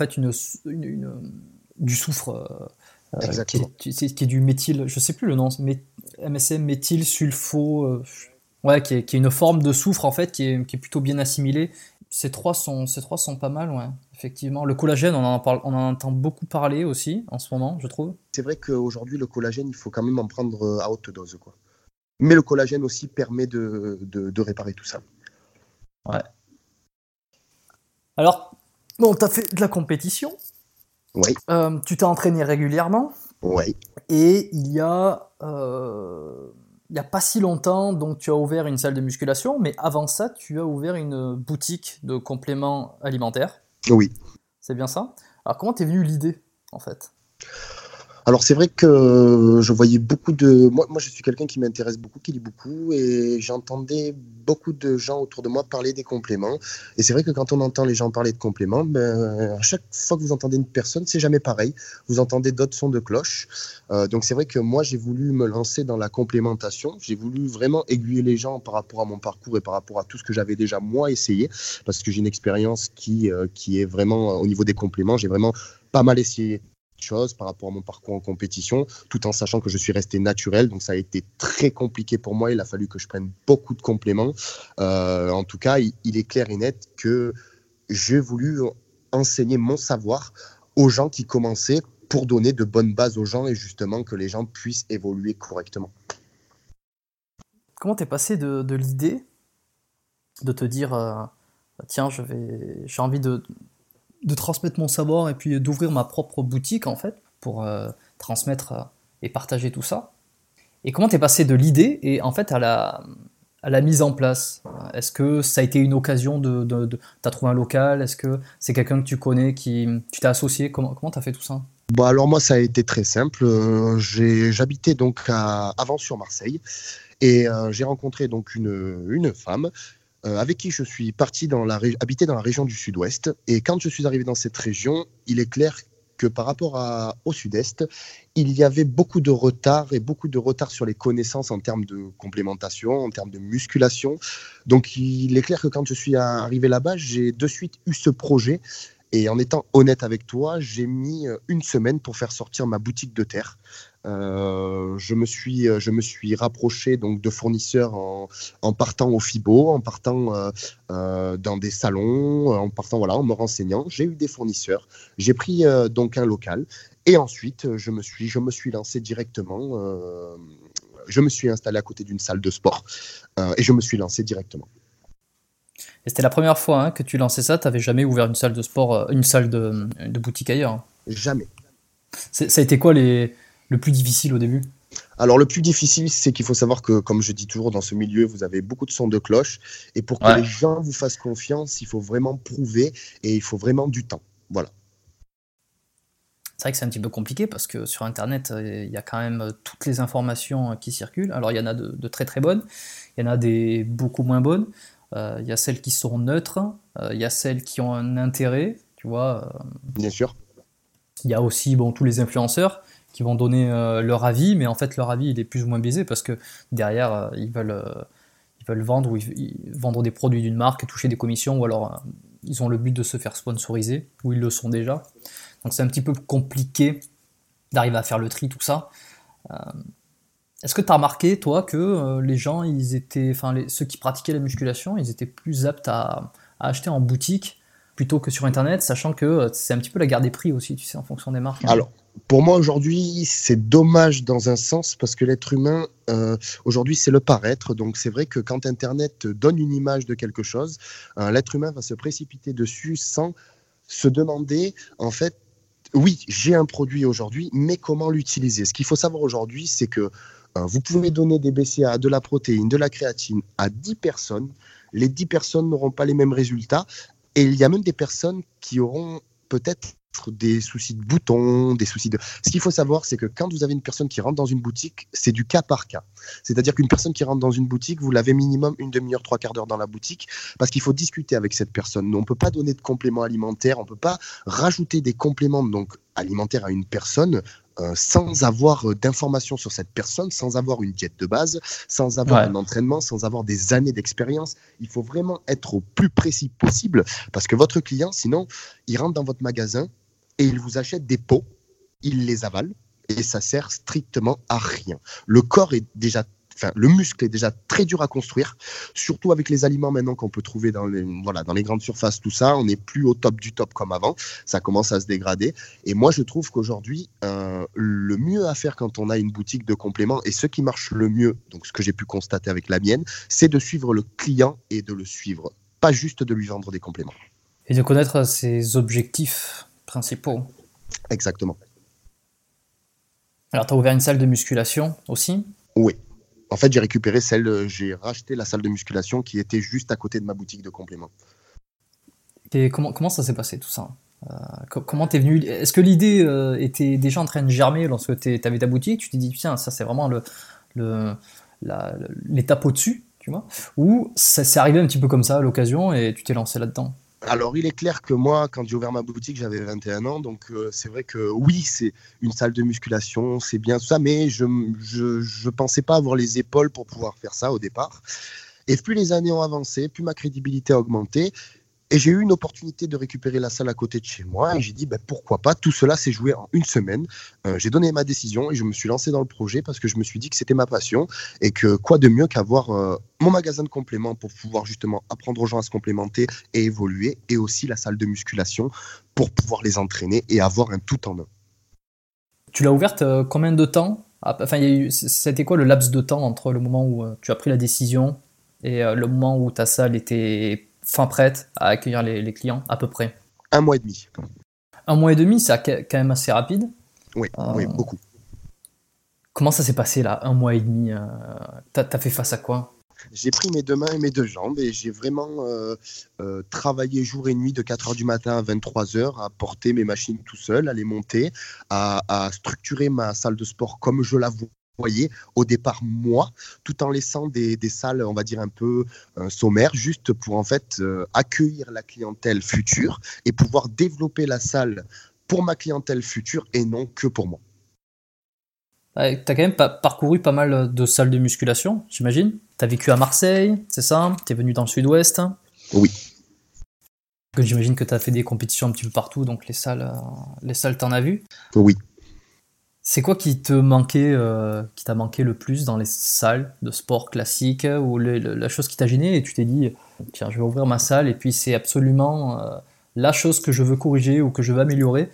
du soufre, qui est du méthyle, je sais plus le nom, MSM, méthylsulfo, qui est une forme de soufre en fait, qui est plutôt bien assimilée. Ces trois sont pas mal, ouais. Effectivement, le collagène, on en entend beaucoup parler aussi en ce moment, je trouve. C'est vrai qu'aujourd'hui, le collagène, il faut quand même en prendre à haute dose, quoi. Mais le collagène aussi permet de réparer tout ça. Ouais. Alors, bon, tu as fait de la compétition. Oui. Tu t'es entraîné régulièrement. Oui. Et il y a pas si longtemps, donc tu as ouvert une salle de musculation, mais avant ça, tu as ouvert une boutique de compléments alimentaires. Oui. C'est bien ça? Alors, comment t'es venue l'idée, en fait? Alors, c'est vrai que je voyais beaucoup de... Moi, je suis quelqu'un qui m'intéresse beaucoup, qui lit beaucoup, et j'entendais beaucoup de gens autour de moi parler des compléments. Et c'est vrai que quand on entend les gens parler de compléments, à chaque fois que vous entendez une personne, c'est jamais pareil. Vous entendez d'autres sons de cloche. Donc, c'est vrai que moi, j'ai voulu me lancer dans la complémentation. J'ai voulu vraiment aiguiller les gens par rapport à mon parcours et par rapport à tout ce que j'avais déjà, moi, essayé. Parce que j'ai une expérience qui est vraiment, au niveau des compléments, j'ai vraiment pas mal essayé choses par rapport à mon parcours en compétition, tout en sachant que je suis resté naturel, donc ça a été très compliqué pour moi. Il a fallu que je prenne beaucoup de compléments. En tout cas, il est clair et net que j'ai voulu enseigner mon savoir aux gens qui commençaient pour donner de bonnes bases aux gens et justement que les gens puissent évoluer correctement. Comment t'es passé de l'idée de te dire tiens, j'ai envie de transmettre mon savoir et puis d'ouvrir ma propre boutique en fait pour transmettre et partager tout ça. Et comment t'es passé de l'idée et en fait à la mise en place? Est-ce que ça a été une occasion t'as trouvé un local? Est-ce que c'est quelqu'un que tu connais tu t'es associé? Comment t'as fait tout ça? Alors moi ça a été très simple. J'habitais donc à Avance-sur-Marseille et j'ai rencontré donc une femme avec qui je suis parti habiter dans la région du Sud-Ouest. Et quand je suis arrivé dans cette région, il est clair que par rapport au Sud-Est, il y avait beaucoup de retard sur les connaissances en termes de complémentation, en termes de musculation. Donc il est clair que quand je suis arrivé là-bas, j'ai de suite eu ce projet. Et en étant honnête avec toi, j'ai mis 1 semaine pour faire sortir ma boutique de terre. Je me suis rapproché donc de fournisseurs en partant au FIBO, en partant dans des salons, en me renseignant. J'ai eu des fournisseurs, j'ai pris donc un local et ensuite je me suis lancé directement je me suis installé à côté d'une salle de sport et je me suis lancé directement. Et c'était la première fois que tu lançais ça, tu n'avais jamais ouvert une salle de sport, une salle de boutique ailleurs? Jamais. Ça a été quoi le plus difficile au début? Alors, le plus difficile, c'est qu'il faut savoir que, comme je dis toujours, dans ce milieu, vous avez beaucoup de sons de cloche. Et pour que les gens vous fassent confiance, il faut vraiment prouver et il faut vraiment du temps. Voilà. C'est vrai que c'est un petit peu compliqué parce que sur Internet, il y a quand même toutes les informations qui circulent. Alors, il y en a de très très bonnes, il y en a des beaucoup moins bonnes. Il y a celles qui sont neutres, il y a celles qui ont un intérêt, tu vois. Bien sûr. Il y a aussi tous les influenceurs qui vont donner leur avis, mais en fait leur avis il est plus ou moins biaisé parce que derrière ils veulent vendre ou vendre des produits d'une marque, toucher des commissions, ou alors ils ont le but de se faire sponsoriser, ou ils le sont déjà. Donc c'est un petit peu compliqué d'arriver à faire le tri, tout ça. Est-ce que tu as remarqué, toi, que les gens, ceux qui pratiquaient la musculation, ils étaient plus aptes à acheter en boutique plutôt que sur Internet, sachant que c'est un petit peu la guerre des prix aussi, tu sais, en fonction des marques. Alors, pour moi, aujourd'hui, c'est dommage dans un sens parce que l'être humain, aujourd'hui, c'est le paraître. Donc, c'est vrai que quand Internet donne une image de quelque chose, l'être humain va se précipiter dessus sans se demander, en fait, oui, j'ai un produit aujourd'hui, mais comment l'utiliser? Ce qu'il faut savoir aujourd'hui, c'est que vous pouvez donner des BCAA, de la protéine, de la créatine à 10 personnes. Les 10 personnes n'auront pas les mêmes résultats. Et il y a même des personnes qui auront peut-être des soucis de boutons, des soucis de... Ce qu'il faut savoir, c'est que quand vous avez une personne qui rentre dans une boutique, c'est du cas par cas. C'est-à-dire qu'une personne qui rentre dans une boutique, vous l'avez minimum une demi-heure, 3/4 d'heure dans la boutique, parce qu'il faut discuter avec cette personne. On ne peut pas donner de compléments alimentaires, on ne peut pas rajouter des compléments alimentaires à une personne sans avoir d'informations sur cette personne, sans avoir une diète de base, sans avoir un entraînement, sans avoir des années d'expérience. Il faut vraiment être au plus précis possible parce que votre client, sinon, il rentre dans votre magasin et il vous achète des pots, il les avale et ça sert strictement à rien. Le muscle est déjà très dur à construire, surtout avec les aliments maintenant qu'on peut trouver dans les grandes surfaces, tout ça. On n'est plus au top du top comme avant. Ça commence à se dégrader. Et moi, je trouve qu'aujourd'hui, le mieux à faire quand on a une boutique de compléments, et ce qui marche le mieux, donc ce que j'ai pu constater avec la mienne, c'est de suivre le client et de le suivre, pas juste de lui vendre des compléments. Et de connaître ses objectifs principaux. Exactement. Alors, tu as ouvert une salle de musculation aussi? Oui. En fait, j'ai racheté la salle de musculation qui était juste à côté de ma boutique de compléments. Et comment ça s'est passé tout ça? Comment t'es venu? Est-ce que l'idée était déjà en train de germer lorsque t'avais ta boutique? Tu t'es dit, tiens, ça c'est vraiment l'étape au-dessus, tu vois? Ou ça s'est arrivé un petit peu comme ça à l'occasion et tu t'es lancé là-dedans? Alors, il est clair que moi, quand j'ai ouvert ma boutique, j'avais 21 ans. Donc, c'est vrai que oui, c'est une salle de musculation, c'est bien tout ça, mais je ne pensais pas avoir les épaules pour pouvoir faire ça au départ. Et plus les années ont avancé, plus ma crédibilité a augmenté. Et j'ai eu une opportunité de récupérer la salle à côté de chez moi. Et j'ai dit, pourquoi pas? Tout cela s'est joué en une semaine. J'ai donné ma décision et je me suis lancé dans le projet parce que je me suis dit que c'était ma passion. Et que quoi de mieux qu'avoir mon magasin de compléments pour pouvoir justement apprendre aux gens à se complémenter et évoluer. Et aussi la salle de musculation pour pouvoir les entraîner et avoir un tout en un. Tu l'as ouverte combien de temps? Enfin, c'était quoi le laps de temps entre le moment où tu as pris la décision et le moment où ta salle était fin prête à accueillir les clients, à peu près? 1 mois et demi. 1 mois et demi, c'est quand même assez rapide. Oui, oui, beaucoup. Comment ça s'est passé là, 1 mois et demi? T'as fait face à quoi? J'ai pris mes 2 mains et mes 2 jambes et j'ai vraiment travaillé jour et nuit de 4h du matin à 23h à porter mes machines tout seul, à les monter, à structurer ma salle de sport comme je la voyais au départ moi, tout en laissant des salles, on va dire un peu sommaires, juste pour en fait accueillir la clientèle future et pouvoir développer la salle pour ma clientèle future et non que pour moi. Ouais, t'as quand même parcouru pas mal de salles de musculation, j'imagine. T'as vécu à Marseille, c'est ça? T'es venu dans le sud-ouest? Oui. J'imagine que t'as fait des compétitions un petit peu partout, donc les salles t'en as vu? Oui. C'est quoi qui t'a manqué le plus dans les salles de sport classiques, ou la chose qui t'a gêné et tu t'es dit, tiens, je vais ouvrir ma salle et puis c'est absolument la chose que je veux corriger ou que je veux améliorer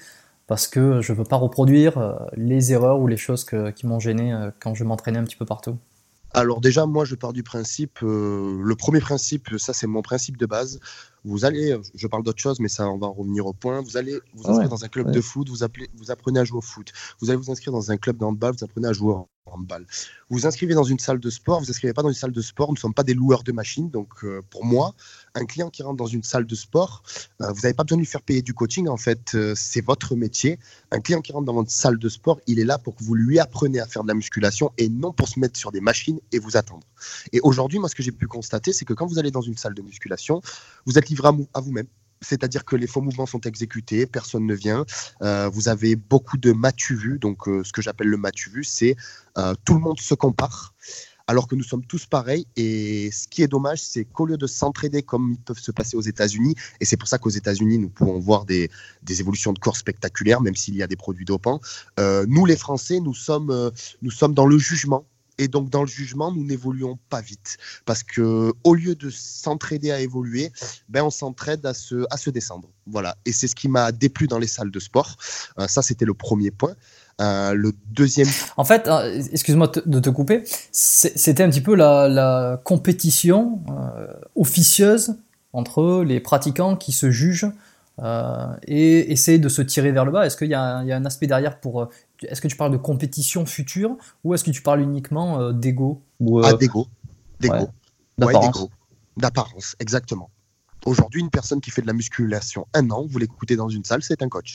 parce que je veux pas reproduire les erreurs ou les choses qui m'ont gêné quand je m'entraînais un petit peu partout? Alors déjà, moi, je pars du principe, le premier principe, ça c'est mon principe de base. Vous allez, je parle d'autre chose, mais ça, on va en revenir au point. Vous allez vous inscrire dans un club de foot, vous apprenez à jouer au foot. Vous allez vous inscrire dans un club de handball, vous apprenez à jouer au handball. Vous vous inscrivez dans une salle de sport, vous ne vous inscrivez pas dans une salle de sport, nous ne sommes pas des loueurs de machines. Donc pour moi, un client qui rentre dans une salle de sport, vous n'avez pas besoin de lui faire payer du coaching, en fait, c'est votre métier. Un client qui rentre dans votre salle de sport, il est là pour que vous lui appreniez à faire de la musculation et non pour se mettre sur des machines et vous attendre. Et aujourd'hui, moi, ce que j'ai pu constater, c'est que quand vous allez dans une salle de musculation, vous êtes livré à vous-même. C'est-à-dire que les faux mouvements sont exécutés, personne ne vient. Vous avez beaucoup de m'as-tu vu. Donc, ce que j'appelle le m'as-tu vu, c'est tout le monde se compare, alors que nous sommes tous pareils. Et ce qui est dommage, c'est qu'au lieu de s'entraider comme ils peuvent se passer aux États-Unis, et c'est pour ça qu'aux États-Unis, nous pouvons voir des évolutions de corps spectaculaires, même s'il y a des produits dopants, nous, les Français, nous sommes dans le jugement. Et donc, dans le jugement, nous n'évoluons pas vite. Parce qu'au lieu de s'entraider à évoluer, on s'entraide à se descendre. Voilà. Et c'est ce qui m'a déplu dans les salles de sport. Ça, c'était le premier point. Le deuxième... En fait, excuse-moi de te couper, c'était un petit peu la compétition officieuse entre les pratiquants qui se jugent et essayent de se tirer vers le bas. Est-ce qu'il y a un aspect derrière pour... Est-ce que tu parles de compétition future ou est-ce que tu parles uniquement d'ego d'ego. Ouais. D'apparence, exactement. Aujourd'hui, une personne qui fait de la musculation 1 an, vous l'écoutez dans une salle, c'est un coach.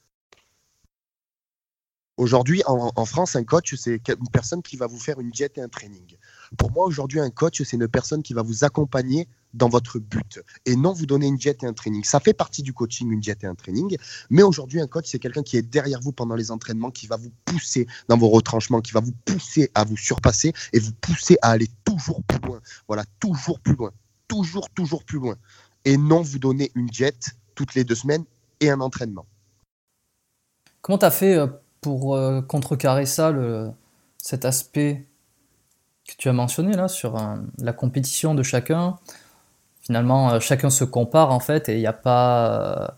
Aujourd'hui, en France, un coach, c'est une personne qui va vous faire une diète et un training. Pour moi, aujourd'hui, un coach, c'est une personne qui va vous accompagner dans votre but et non vous donner une diète et un training. Ça fait partie du coaching, une diète et un training, mais aujourd'hui, un coach, c'est quelqu'un qui est derrière vous pendant les entraînements, qui va vous pousser dans vos retranchements, qui va vous pousser à vous surpasser et vous pousser à aller toujours plus loin. Voilà, toujours plus loin. Toujours plus loin. Et non vous donner une diète toutes les 2 semaines et un entraînement. Comment tu as fait pour contrecarrer ça, cet aspect que tu as mentionné là sur la compétition de chacun? Finalement, chacun se compare en fait et il n'y a pas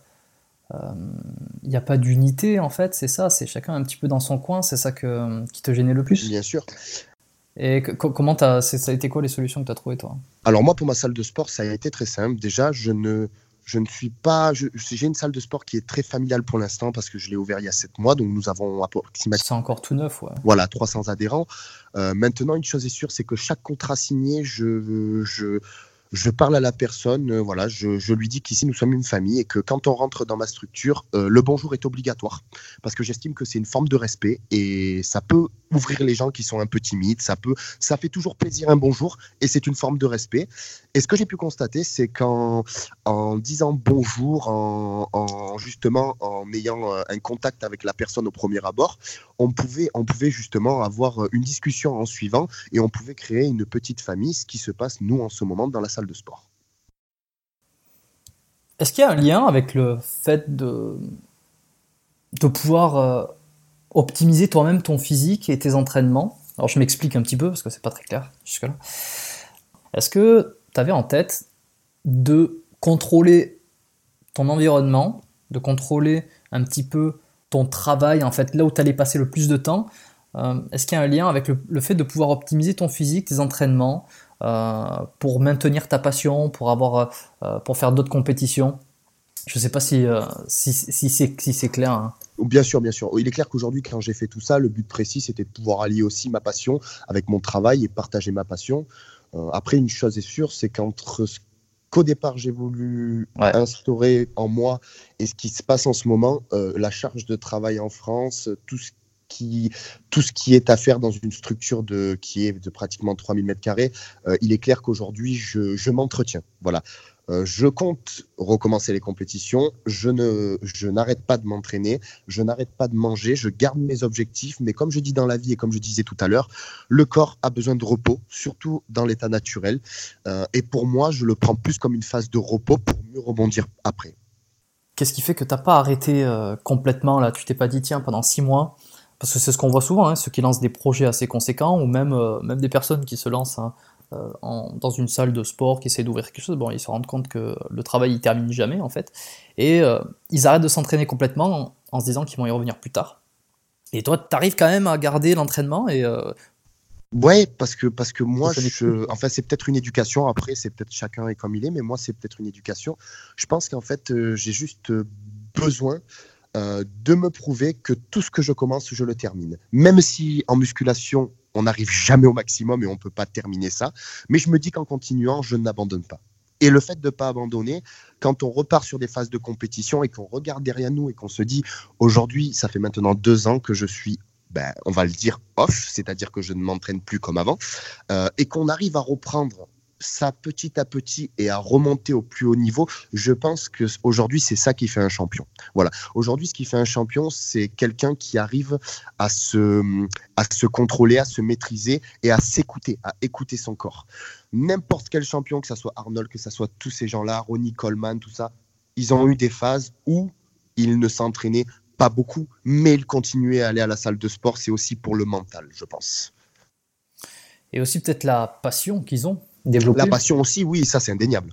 d'unité en fait, c'est ça, c'est chacun un petit peu dans son coin, c'est ça qui te gênait le plus? Bien sûr. Et comment ça a été quoi les solutions que tu as trouvées toi? Alors moi, pour ma salle de sport, ça a été très simple. Déjà, je ne suis pas... j'ai une salle de sport qui est très familiale pour l'instant parce que je l'ai ouvert il y a 7 mois, donc nous avons approximativement... C'est encore tout neuf, ouais. Voilà, 300 adhérents. Maintenant, une chose est sûre, c'est que chaque contrat signé, je parle à la personne, voilà, je lui dis qu'ici nous sommes une famille et que quand on rentre dans ma structure, le bonjour est obligatoire parce que j'estime que c'est une forme de respect et ça peut ouvrir les gens qui sont un peu timides, ça fait toujours plaisir un bonjour et c'est une forme de respect. Et ce que j'ai pu constater, c'est qu'en disant bonjour, justement en ayant un contact avec la personne au premier abord, on pouvait justement avoir une discussion en suivant et on pouvait créer une petite famille, ce qui se passe nous en ce moment dans la salle de sport. Est-ce qu'il y a un lien avec le fait de pouvoir optimiser toi-même ton physique et tes entraînements? Alors je m'explique un petit peu parce que c'est pas très clair jusque-là. Est-ce que tu avais en tête de contrôler ton environnement, de contrôler un petit peu ton travail, en fait, là où tu allais passer le plus de temps? Est-ce qu'il y a un lien avec le fait de pouvoir optimiser ton physique, tes entraînements, pour maintenir ta passion, pour faire d'autres compétitions? Je ne sais pas si c'est clair. Hein. Bien sûr. Il est clair qu'aujourd'hui, quand j'ai fait tout ça, le but précis, c'était de pouvoir allier aussi ma passion avec mon travail et partager ma passion. Après, une chose est sûre, c'est qu'au départ, j'ai voulu instaurer en moi et ce qui se passe en ce moment, la charge de travail en France, tout ce qui est à faire dans une structure qui est de pratiquement 3000 m², il est clair qu'aujourd'hui, je m'entretiens. Voilà. Je compte recommencer les compétitions, je n'arrête pas de m'entraîner, je n'arrête pas de manger, je garde mes objectifs, mais comme je dis dans la vie et comme je disais tout à l'heure, le corps a besoin de repos, surtout dans l'état naturel. Et pour moi, je le prends plus comme une phase de repos pour mieux rebondir après. Qu'est-ce qui fait que tu n'as pas arrêté complètement là? Tu t'es pas dit, tiens, pendant 6 mois, parce que c'est ce qu'on voit souvent, hein, ceux qui lancent des projets assez conséquents, ou même des personnes qui se lancent dans une salle de sport, qui essaient d'ouvrir quelque chose, bon, ils se rendent compte que le travail il termine jamais en fait, et ils arrêtent de s'entraîner complètement en se disant qu'ils vont y revenir plus tard. Et toi, tu arrives quand même à garder l'entraînement et Ouais, parce que moi, enfin, c'est peut-être une éducation. Après, c'est peut-être chacun est comme il est, mais moi, c'est peut-être une éducation. Je pense qu'en fait, j'ai juste besoin de me prouver que tout ce que je commence, je le termine. Même si en musculation, on n'arrive jamais au maximum et on ne peut pas terminer ça. Mais je me dis qu'en continuant, je n'abandonne pas. Et le fait de ne pas abandonner, quand on repart sur des phases de compétition et qu'on regarde derrière nous et qu'on se dit, aujourd'hui, ça fait maintenant 2 ans que je suis, on va le dire, off, c'est-à-dire que je ne m'entraîne plus comme avant, et qu'on arrive à reprendre ça petit à petit et à remonter au plus haut niveau, je pense qu'aujourd'hui, c'est ça qui fait un champion. Voilà. Aujourd'hui, ce qui fait un champion, c'est quelqu'un qui arrive à se contrôler, à se maîtriser et à s'écouter, à écouter son corps. N'importe quel champion, que ce soit Arnold, que ce soit tous ces gens-là, Ronnie Coleman, tout ça, ils ont eu des phases où ils ne s'entraînaient pas beaucoup, mais ils continuaient à aller à la salle de sport. C'est aussi pour le mental, je pense. Et aussi peut-être la passion qu'ils ont développée. La passion aussi, oui, ça c'est indéniable.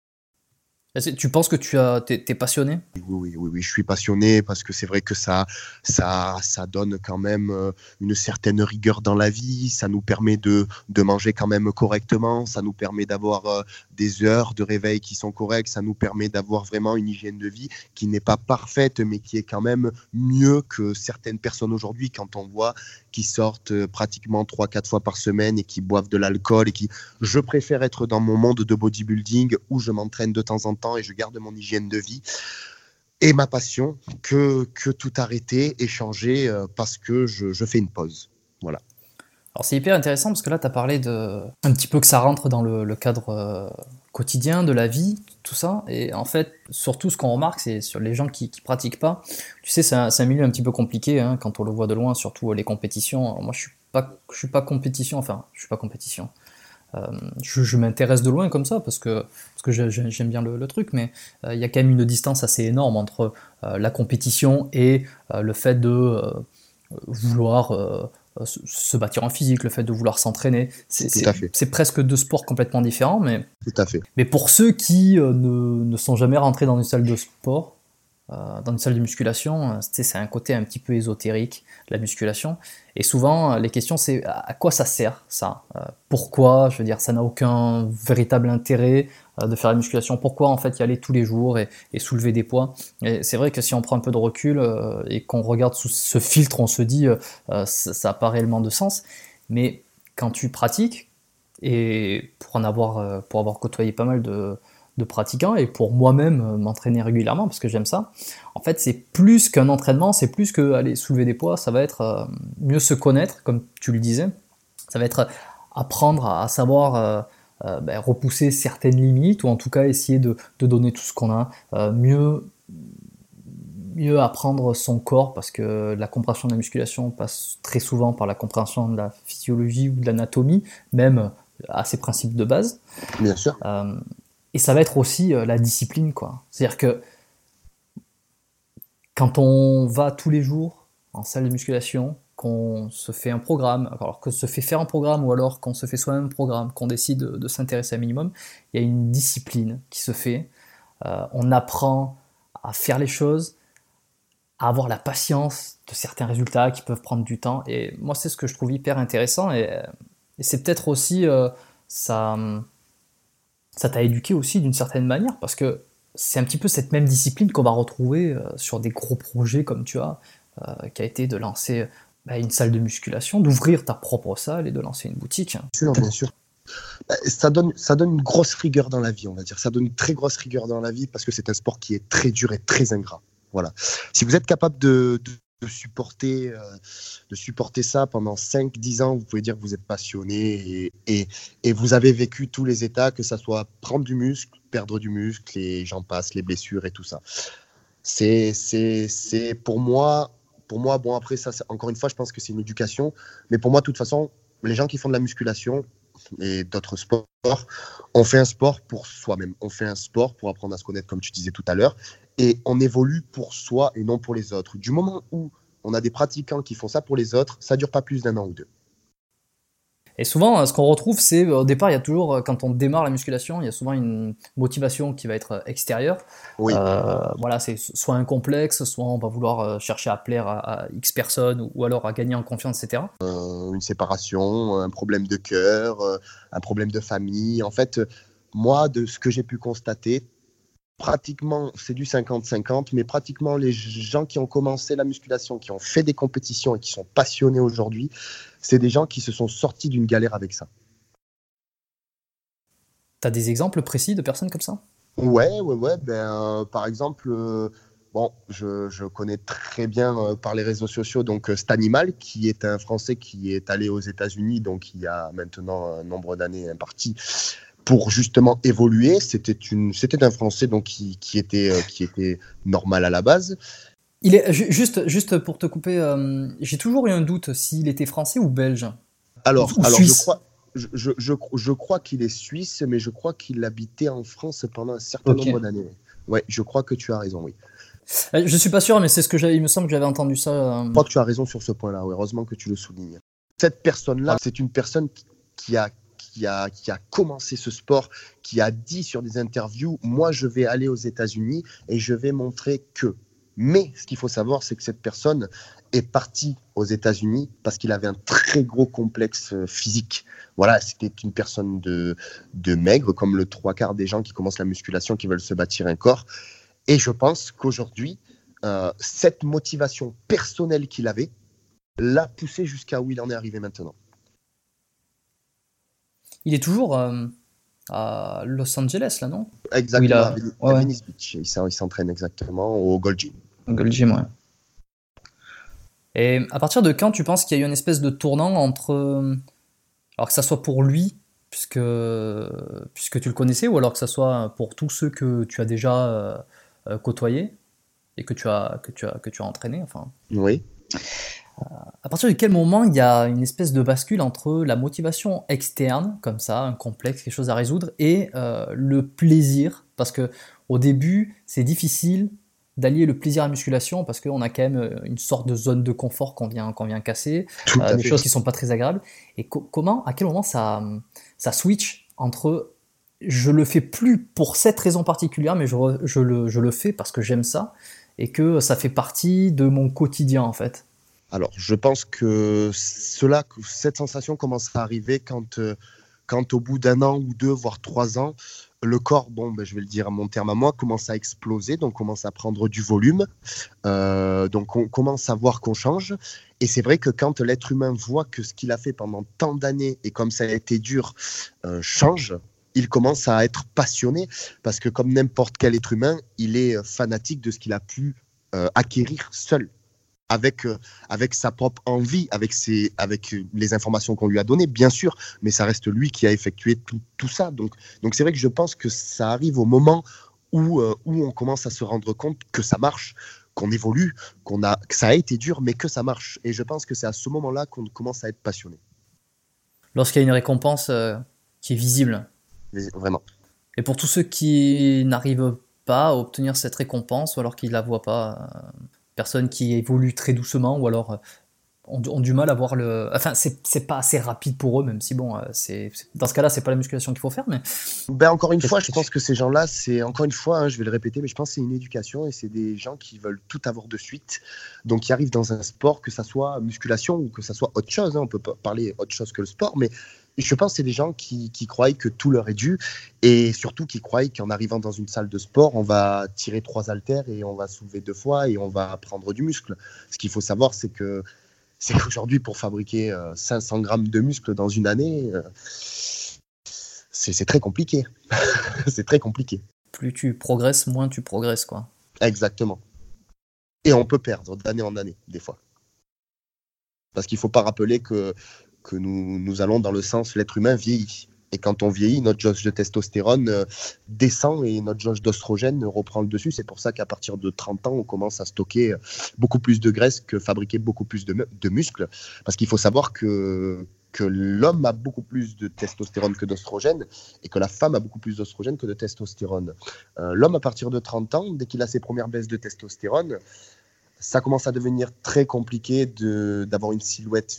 Tu penses que t'es passionné ? Oui, je suis passionné parce que c'est vrai que ça donne quand même une certaine rigueur dans la vie, ça nous permet de manger quand même correctement, ça nous permet d'avoir des heures de réveil qui sont correctes, ça nous permet d'avoir vraiment une hygiène de vie qui n'est pas parfaite mais qui est quand même mieux que certaines personnes aujourd'hui quand on voit qui sortent pratiquement 3-4 fois par semaine et qui boivent de l'alcool et qui... Je préfère être dans mon monde de bodybuilding où je m'entraîne de temps en temps et je garde mon hygiène de vie et ma passion que tout arrêter et changer parce que je fais une pause. Voilà. Alors c'est hyper intéressant parce que là tu as parlé un petit peu que ça rentre dans le cadre quotidien de la vie, tout ça, et en fait surtout ce qu'on remarque c'est sur les gens qui pratiquent pas, tu sais c'est un milieu un petit peu compliqué hein, quand on le voit de loin, surtout les compétitions. Moi je suis pas compétition, je m'intéresse de loin comme ça parce que j'aime bien le truc, mais il y a quand même une distance assez énorme entre la compétition et le fait de vouloir se bâtir en physique, le fait de vouloir s'entraîner. C'est presque deux sports complètement différents, mais, tout à fait. Mais pour ceux qui ne sont jamais rentrés dans une salle de sport, dans une salle de musculation, c'est un côté un petit peu ésotérique, la musculation. Et souvent, les questions, c'est à quoi ça sert, ça ? Pourquoi ? Je veux dire, ça n'a aucun véritable intérêt de faire la musculation. Pourquoi, en fait, y aller tous les jours et soulever des poids ? Et c'est vrai que si on prend un peu de recul et qu'on regarde sous ce filtre, on se dit ça n'a pas réellement de sens. Mais quand tu pratiques, et pour avoir côtoyé pas mal de pratiquants et pour moi-même m'entraîner régulièrement parce que j'aime ça, en fait c'est plus qu'un entraînement, c'est plus que aller soulever des poids, ça va être mieux se connaître comme tu le disais, ça va être apprendre à savoir repousser certaines limites ou en tout cas essayer de donner tout ce qu'on a, mieux apprendre son corps parce que la compréhension de la musculation passe très souvent par la compréhension de la physiologie ou de l'anatomie, même à ses principes de base. Bien sûr. Et ça va être aussi la discipline, quoi. C'est-à-dire que quand on va tous les jours en salle de musculation, qu'on se fait un programme, alors qu'on se fait faire un programme ou alors qu'on se fait soi-même un programme, qu'on décide de s'intéresser à un minimum, il y a une discipline qui se fait. On apprend à faire les choses, à avoir la patience de certains résultats qui peuvent prendre du temps. Et moi, c'est ce que je trouve hyper intéressant. Et c'est peut-être aussi ça t'a éduqué aussi d'une certaine manière, parce que c'est un petit peu cette même discipline qu'on va retrouver sur des gros projets comme tu as, qui a été de lancer une salle de musculation, d'ouvrir ta propre salle et de lancer une boutique. Bien sûr. Ça donne une grosse rigueur dans la vie, on va dire. Ça donne une très grosse rigueur dans la vie parce que c'est un sport qui est très dur et très ingrat. Voilà. Si vous êtes capable de supporter ça pendant 5-10 ans, vous pouvez dire que vous êtes passionné et vous avez vécu tous les états, que ça soit prendre du muscle, perdre du muscle, et j'en passe, les blessures et tout ça. C'est pour moi, bon après ça, encore une fois, je pense que c'est une éducation, mais pour moi, de toute façon, les gens qui font de la musculation et d'autres sports, on fait un sport pour soi-même, on fait un sport pour apprendre à se connaître, comme tu disais tout à l'heure, et on évolue pour soi et non pour les autres. Du moment où on a des pratiquants qui font ça pour les autres, ça ne dure pas plus d'1 an ou 2. Et souvent, ce qu'on retrouve, c'est au départ, il y a toujours, quand on démarre la musculation, il y a souvent une motivation qui va être extérieure. Oui. Voilà, c'est soit un complexe, soit on va vouloir chercher à plaire à X personnes ou alors à gagner en confiance, etc. Une séparation, un problème de cœur, un problème de famille. En fait, moi, de ce que j'ai pu constater, pratiquement, c'est du 50-50, mais pratiquement les gens qui ont commencé la musculation, qui ont fait des compétitions et qui sont passionnés aujourd'hui, c'est des gens qui se sont sortis d'une galère avec ça. T'as des exemples précis de personnes comme ça? Ouais. Par exemple, je connais très bien par les réseaux sociaux donc Stanimal, qui est un Français qui est allé aux États-Unis, donc il y a maintenant un nombre d'années imparti, pour justement évoluer. C'était un Français donc qui était normal à la base. Il est juste pour te couper, j'ai toujours eu un doute s'il était français ou belge. Alors Suisse. je crois qu'il est suisse, mais je crois qu'il habitait en France pendant un certain nombre d'années. Ouais, je crois que tu as raison, oui. Je suis pas sûr, mais c'est ce que il me semble que j'avais entendu ça. Je crois que tu as raison sur ce point-là. Ouais, heureusement que tu le soulignes. Cette personne-là, c'est une personne qui a commencé ce sport, qui a dit sur des interviews, moi je vais aller aux États-Unis et je vais montrer que. Mais ce qu'il faut savoir, c'est que cette personne est partie aux États-Unis parce qu'il avait un très gros complexe physique. Voilà, c'était une personne de maigre, comme le 3/4 des gens qui commencent la musculation, qui veulent se bâtir un corps. Et je pense qu'aujourd'hui, cette motivation personnelle qu'il avait l'a poussé jusqu'à où il en est arrivé maintenant. Il est toujours à Los Angeles, là, non? Exactement, à Venice Beach. Il s'entraîne exactement au Gold Gym. Gold Gym, ouais. Et à partir de quand tu penses qu'il y a eu une espèce de tournant entre... alors que ça soit pour lui, puisque tu le connaissais, ou alors que ça soit pour tous ceux que tu as déjà côtoyés et que tu as entraîné, enfin... Oui. À partir de quel moment il y a une espèce de bascule entre la motivation externe, comme ça, un complexe, quelque chose à résoudre, et le plaisir? Parce que au début, c'est difficile d'allier le plaisir à la musculation parce qu'on a quand même une sorte de zone de confort qu'on vient casser, des choses qui sont pas très agréables. Et à quel moment ça switch entre je le fais plus pour cette raison particulière, mais je le fais parce que j'aime ça et que ça fait partie de mon quotidien en fait? Alors, je pense que cette sensation commence à arriver quand au bout d'1 an ou 2, voire 3 ans, le corps, je vais le dire à mon terme à moi, commence à exploser, donc commence à prendre du volume. Donc, on commence à voir qu'on change. Et c'est vrai que quand l'être humain voit que ce qu'il a fait pendant tant d'années, et comme ça a été dur, change, il commence à être passionné, parce que comme n'importe quel être humain, il est fanatique de ce qu'il a pu acquérir seul. Avec sa propre envie, avec les informations qu'on lui a données, bien sûr, mais ça reste lui qui a effectué tout ça. Donc c'est vrai que je pense que ça arrive au moment où on commence à se rendre compte que ça marche, qu'on évolue, que ça a été dur, mais que ça marche. Et je pense que c'est à ce moment-là qu'on commence à être passionné. Lorsqu'il y a une récompense qui est visible. Vraiment. Et pour tous ceux qui n'arrivent pas à obtenir cette récompense, ou alors qui ne la voient pas... personnes qui évoluent très doucement ou alors ont du mal à voir le... Enfin, c'est pas assez rapide pour eux, même si dans ce cas-là, c'est pas la musculation qu'il faut faire, mais... Encore une fois, je pense que ces gens-là, c'est, encore une fois, je vais le répéter, mais je pense que c'est une éducation et c'est des gens qui veulent tout avoir de suite. Donc, ils arrivent dans un sport, que ça soit musculation ou que ça soit autre chose. On peut pas parler autre chose que le sport, mais je pense que c'est des gens qui croient que tout leur est dû et surtout qui croient qu'en arrivant dans une salle de sport, on va tirer 3 haltères et on va soulever 2 fois et on va prendre du muscle. Ce qu'il faut savoir, c'est qu'aujourd'hui, pour fabriquer 500 grammes de muscle dans une année, c'est très compliqué. C'est très compliqué. Plus tu progresses, moins tu progresses, quoi. Exactement. Et on peut perdre d'année en année, des fois. Parce qu'il ne faut pas rappeler que nous allons dans le sens, l'être humain vieillit. Et quand on vieillit, notre jauge de testostérone descend et notre jauge d'oestrogène reprend le dessus. C'est pour ça qu'à partir de 30 ans, on commence à stocker beaucoup plus de graisse que fabriquer beaucoup plus de muscles. Parce qu'il faut savoir que l'homme a beaucoup plus de testostérone que d'oestrogène et que la femme a beaucoup plus d'oestrogène que de testostérone. L'homme, à partir de 30 ans, dès qu'il a ses premières baisses de testostérone, ça commence à devenir très compliqué d'avoir une silhouette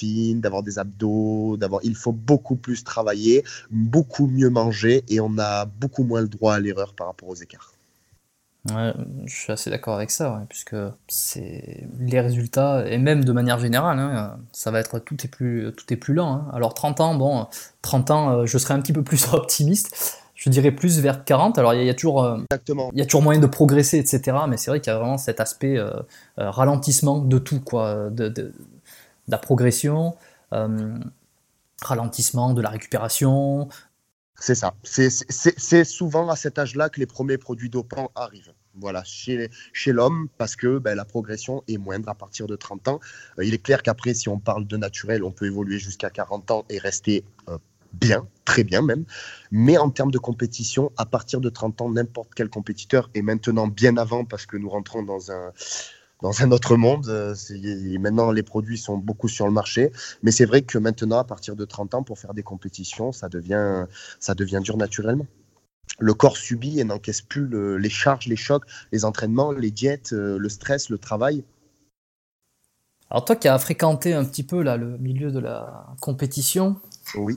fine, d'avoir des abdos, il faut beaucoup plus travailler, beaucoup mieux manger et on a beaucoup moins le droit à l'erreur par rapport aux écarts. Ouais, je suis assez d'accord avec ça, ouais, puisque c'est les résultats, et même de manière générale, hein, ça va être tout est plus lent. Hein. Alors 30 ans, je serais un petit peu plus optimiste. Je dirais plus vers 40. Alors il y a toujours moyen de progresser, etc. Mais c'est vrai qu'il y a vraiment cet aspect ralentissement de tout, quoi, de la progression, ralentissement de la récupération. C'est ça. C'est souvent à cet âge-là que les premiers produits dopants arrivent. Voilà, chez l'homme, parce que la progression est moindre à partir de 30 ans. Il est clair qu'après, si on parle de naturel, on peut évoluer jusqu'à 40 ans et rester bien, très bien même. Mais en termes de compétition, à partir de 30 ans, n'importe quel compétiteur, et maintenant bien avant, parce que nous rentrons dans un autre monde. Maintenant, les produits sont beaucoup sur le marché. Mais c'est vrai que maintenant, à partir de 30 ans, pour faire des compétitions, ça devient dur naturellement. Le corps subit et n'encaisse plus les charges, les chocs, les entraînements, les diètes, le stress, le travail. Alors toi qui as fréquenté un petit peu là, le milieu de la compétition, oui.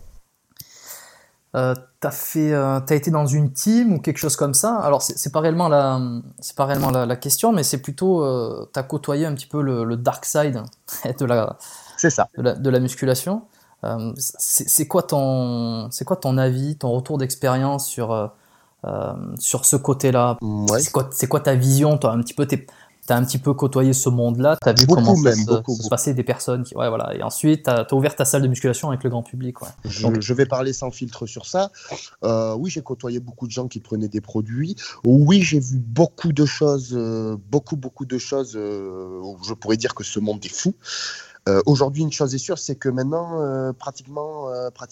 T'as été dans une team ou quelque chose comme ça. Alors c'est pas réellement la question, mais c'est plutôt t'as côtoyé un petit peu le dark side c'est ça. de la musculation. C'est quoi ton avis, ton retour d'expérience sur ce côté-là? Ouais. C'est quoi ta vision? Toi, t'as un petit peu côtoyé ce monde-là, t'as vu comment ça se passait des personnes qui, ouais, voilà. Et ensuite, t'as ouvert ta salle de musculation avec le grand public. Ouais. Je vais parler sans filtre sur ça. Oui, j'ai côtoyé beaucoup de gens qui prenaient des produits. Oui, j'ai vu beaucoup de choses, beaucoup de choses. Je pourrais dire que ce monde est fou. Aujourd'hui, une chose est sûre, c'est que maintenant, pratiquement,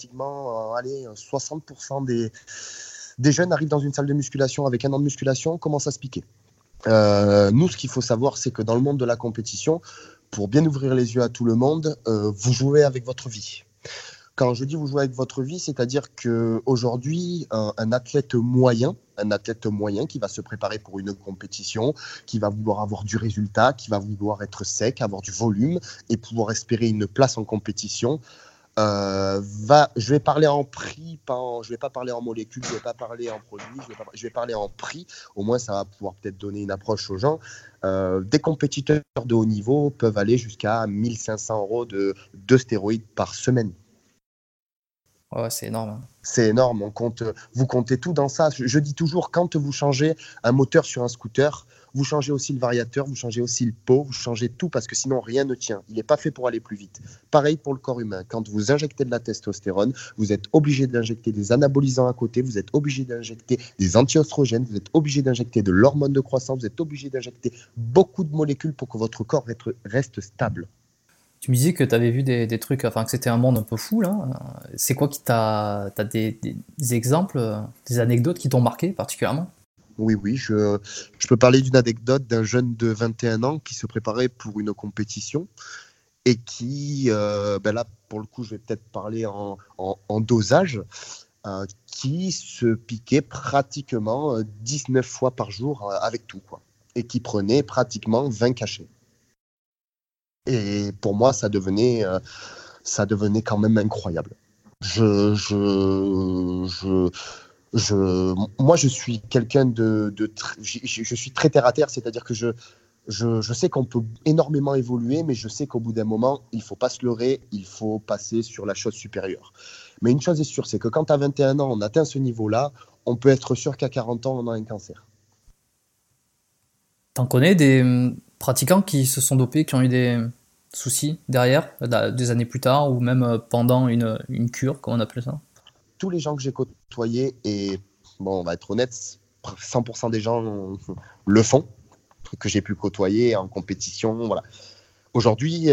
60% des jeunes arrivent dans une salle de musculation avec 1 an de musculation, commencent à se piquer. Nous, ce qu'il faut savoir, c'est que dans le monde de la compétition, pour bien ouvrir les yeux à tout le monde, vous jouez avec votre vie. Quand je dis vous jouez avec votre vie, c'est-à-dire qu'aujourd'hui, un athlète moyen qui va se préparer pour une compétition, qui va vouloir avoir du résultat, qui va vouloir être sec, avoir du volume et pouvoir espérer une place en compétition, je vais parler en prix, je vais pas parler en molécules, je vais pas parler en produits, je vais parler en prix. Au moins, ça va pouvoir peut-être donner une approche aux gens. Des compétiteurs de haut niveau peuvent aller jusqu'à 1 500 € de stéroïdes par semaine. Ouais, c'est énorme. C'est énorme. Vous comptez tout dans ça. Je dis toujours, quand vous changez un moteur sur un scooter, vous changez aussi le variateur, vous changez aussi le pot, vous changez tout parce que sinon rien ne tient. Il n'est pas fait pour aller plus vite. Pareil pour le corps humain. Quand vous injectez de la testostérone, vous êtes obligé d'injecter des anabolisants à côté, vous êtes obligé d'injecter des anti-oestrogènes, vous êtes obligé d'injecter de l'hormone de croissance, vous êtes obligé d'injecter beaucoup de molécules pour que votre corps reste stable. Tu me disais que tu avais vu des trucs, enfin que c'était un monde un peu fou là. C'est quoi t'as des exemples, des anecdotes qui t'ont marqué particulièrement? Oui, je peux parler d'une anecdote d'un jeune de 21 ans qui se préparait pour une compétition et qui, là pour le coup je vais peut-être parler en dosage, qui se piquait pratiquement 19 fois par jour avec tout, quoi, et qui prenait pratiquement 20 cachets. Et pour moi, ça devenait quand même incroyable. Moi, je suis quelqu'un je suis très terre à terre, c'est-à-dire que je sais qu'on peut énormément évoluer, mais je sais qu'au bout d'un moment, il ne faut pas se leurrer, il faut passer sur la chose supérieure. Mais une chose est sûre, c'est que quand à 21 ans, on atteint ce niveau-là, on peut être sûr qu'à 40 ans, on a un cancer. T'en connais des pratiquants qui se sont dopés, qui ont eu des soucis derrière, des années plus tard, ou même pendant une cure, comme on appelle ça? Tous les gens que j'ai côtoyés, et bon, on va être honnête, 100% des gens le font, que j'ai pu côtoyer en compétition. Voilà. Aujourd'hui,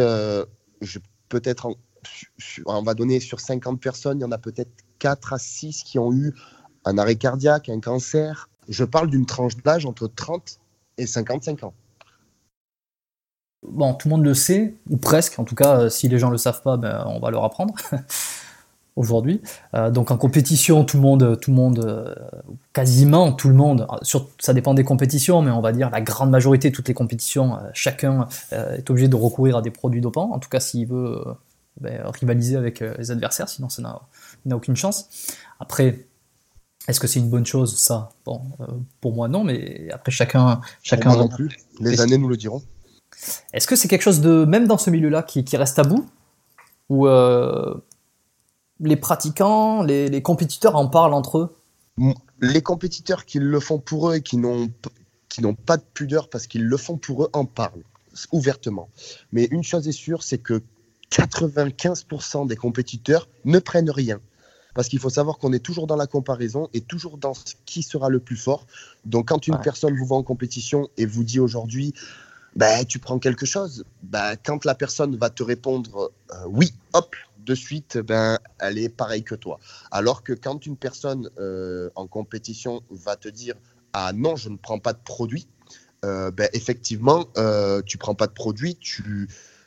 on va donner sur 50 personnes, il y en a peut-être 4 à 6 qui ont eu un arrêt cardiaque, un cancer. Je parle d'une tranche d'âge entre 30 et 55 ans. Bon, tout le monde le sait, ou presque, en tout cas, si les gens ne le savent pas, on va leur apprendre aujourd'hui. Donc en compétition, tout le monde, quasiment tout le monde, ça dépend des compétitions, mais on va dire la grande majorité de toutes les compétitions, chacun est obligé de recourir à des produits dopants, en tout cas s'il veut rivaliser avec les adversaires, sinon ça n'a aucune chance. Après, est-ce que c'est une bonne chose, ça? Bon, pour moi non, mais après chacun Pour moi non plus. Les années nous le diront. Est-ce que c'est quelque chose de, même dans ce milieu-là, qui reste tabou, où les pratiquants, les compétiteurs en parlent entre eux? Les compétiteurs qui le font pour eux et qui n'ont pas de pudeur parce qu'ils le font pour eux en parlent ouvertement. Mais une chose est sûre, c'est que 95% des compétiteurs ne prennent rien. Parce qu'il faut savoir qu'on est toujours dans la comparaison et toujours dans qui sera le plus fort. Donc quand une personne vous voit en compétition et vous dit aujourd'hui tu prends quelque chose, quand la personne va te répondre oui, hop, de suite, elle est pareille que toi. Alors que quand une personne en compétition va te dire ah non, je ne prends pas de produit, effectivement, tu prends pas de produit, tu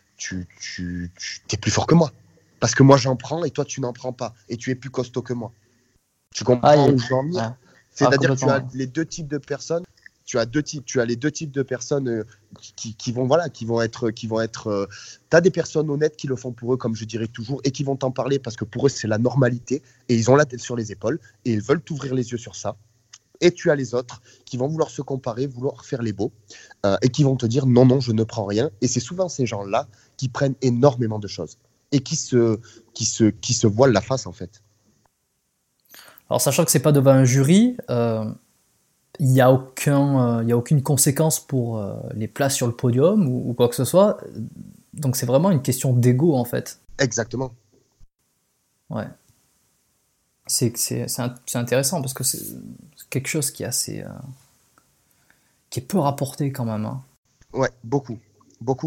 es plus fort que moi. Parce que moi j'en prends et toi tu n'en prends pas. Et tu es plus costaud que moi. Tu comprends où je veux en venir? C'est-à-dire que tu as les deux types de personnes. Tu as les deux types de personnes qui vont être. T'as des personnes honnêtes qui le font pour eux, comme je dirais toujours, et qui vont t'en parler parce que pour eux c'est la normalité et ils ont la tête sur les épaules et ils veulent t'ouvrir les yeux sur ça. Et tu as les autres qui vont vouloir se comparer, vouloir faire les beaux et qui vont te dire non, je ne prends rien. Et c'est souvent ces gens-là qui prennent énormément de choses et qui se voilent la face en fait. Alors sachant que c'est pas devant un jury. Il n'y a aucune conséquence pour les places sur le podium ou quoi que ce soit. Donc c'est vraiment une question d'ego en fait. Exactement. Ouais. C'est intéressant parce que c'est quelque chose qui est assez... qui est peu rapporté quand même. Hein. Ouais, beaucoup. Beaucoup.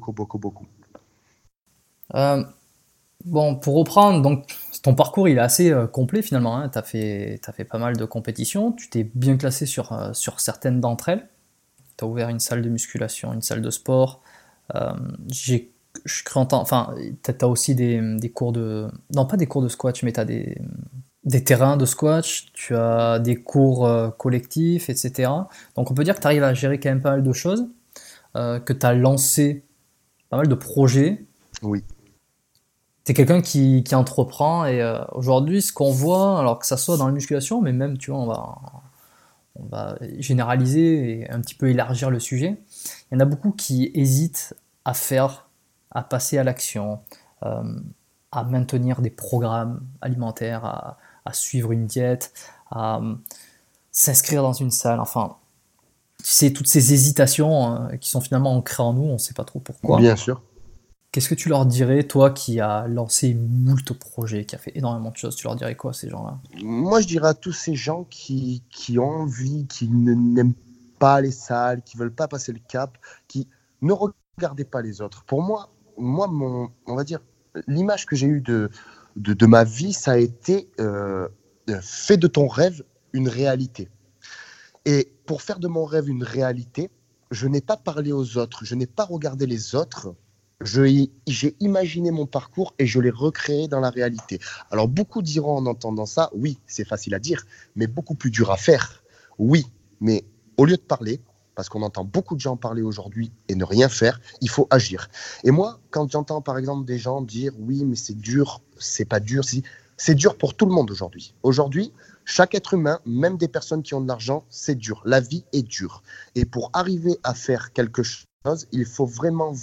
Bon, pour reprendre, donc ton parcours il est assez complet finalement. Hein. T'as fait pas mal de compétitions. Tu t'es bien classé sur certaines d'entre elles. T'as ouvert une salle de musculation, une salle de sport. Je crée entendre. Enfin, t'as aussi des cours de. Non, pas des cours de squash, mais t'as des terrains de squash. Tu as des cours collectifs, etc. Donc on peut dire que tu arrives à gérer quand même pas mal de choses. Que tu as lancé pas mal de projets. Oui. T'es quelqu'un qui entreprend et aujourd'hui ce qu'on voit, alors que ça soit dans la musculation, mais même tu vois on va généraliser et un petit peu élargir le sujet, il y en a beaucoup qui hésitent à passer à l'action, à maintenir des programmes alimentaires, à suivre une diète, à s'inscrire dans une salle, enfin tu sais toutes ces hésitations qui sont finalement ancrées en nous, on ne sait pas trop pourquoi. Bien sûr. Qu'est-ce que tu leur dirais, toi qui as lancé moult projets, qui a fait énormément de choses, tu leur dirais quoi, ces gens-là? Moi, je dirais à tous ces gens qui ont envie, qui n'aiment pas les salles, qui ne veulent pas passer le cap, qui ne regardez pas les autres. Pour moi, on va dire, l'image que j'ai eue de ma vie, ça a été fais de ton rêve une réalité. Et pour faire de mon rêve une réalité, je n'ai pas parlé aux autres, je n'ai pas regardé les autres. J'ai imaginé mon parcours et je l'ai recréé dans la réalité. Alors beaucoup diront en entendant ça, oui, c'est facile à dire, mais beaucoup plus dur à faire. Oui, mais au lieu de parler, parce qu'on entend beaucoup de gens parler aujourd'hui et ne rien faire, il faut agir. Et moi, quand j'entends par exemple des gens dire oui, mais c'est dur, c'est pas dur, c'est dur pour tout le monde aujourd'hui. Aujourd'hui, chaque être humain, même des personnes qui ont de l'argent, c'est dur. La vie est dure. Et pour arriver à faire quelque chose, il faut vraiment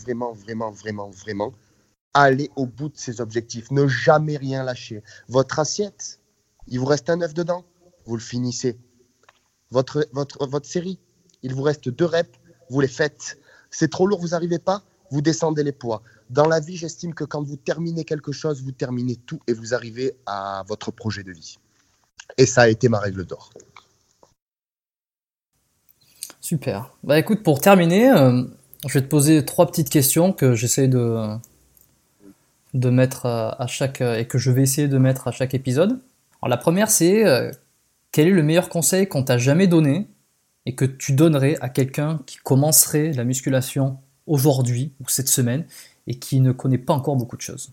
aller au bout de ses objectifs. Ne jamais rien lâcher. Votre assiette, il vous reste un œuf dedans, vous le finissez. Votre série, il vous reste 2 reps, vous les faites. C'est trop lourd, vous n'arrivez pas, vous descendez les poids. Dans la vie, j'estime que quand vous terminez quelque chose, vous terminez tout et vous arrivez à votre projet de vie. Et ça a été ma règle d'or. Super. Bah écoute, pour terminer, je vais te poser 3 petites questions que j'essaie de mettre à chaque et que je vais essayer de mettre à chaque épisode. Alors la première, c'est quel est le meilleur conseil qu'on t'a jamais donné et que tu donnerais à quelqu'un qui commencerait la musculation aujourd'hui ou cette semaine et qui ne connaît pas encore beaucoup de choses?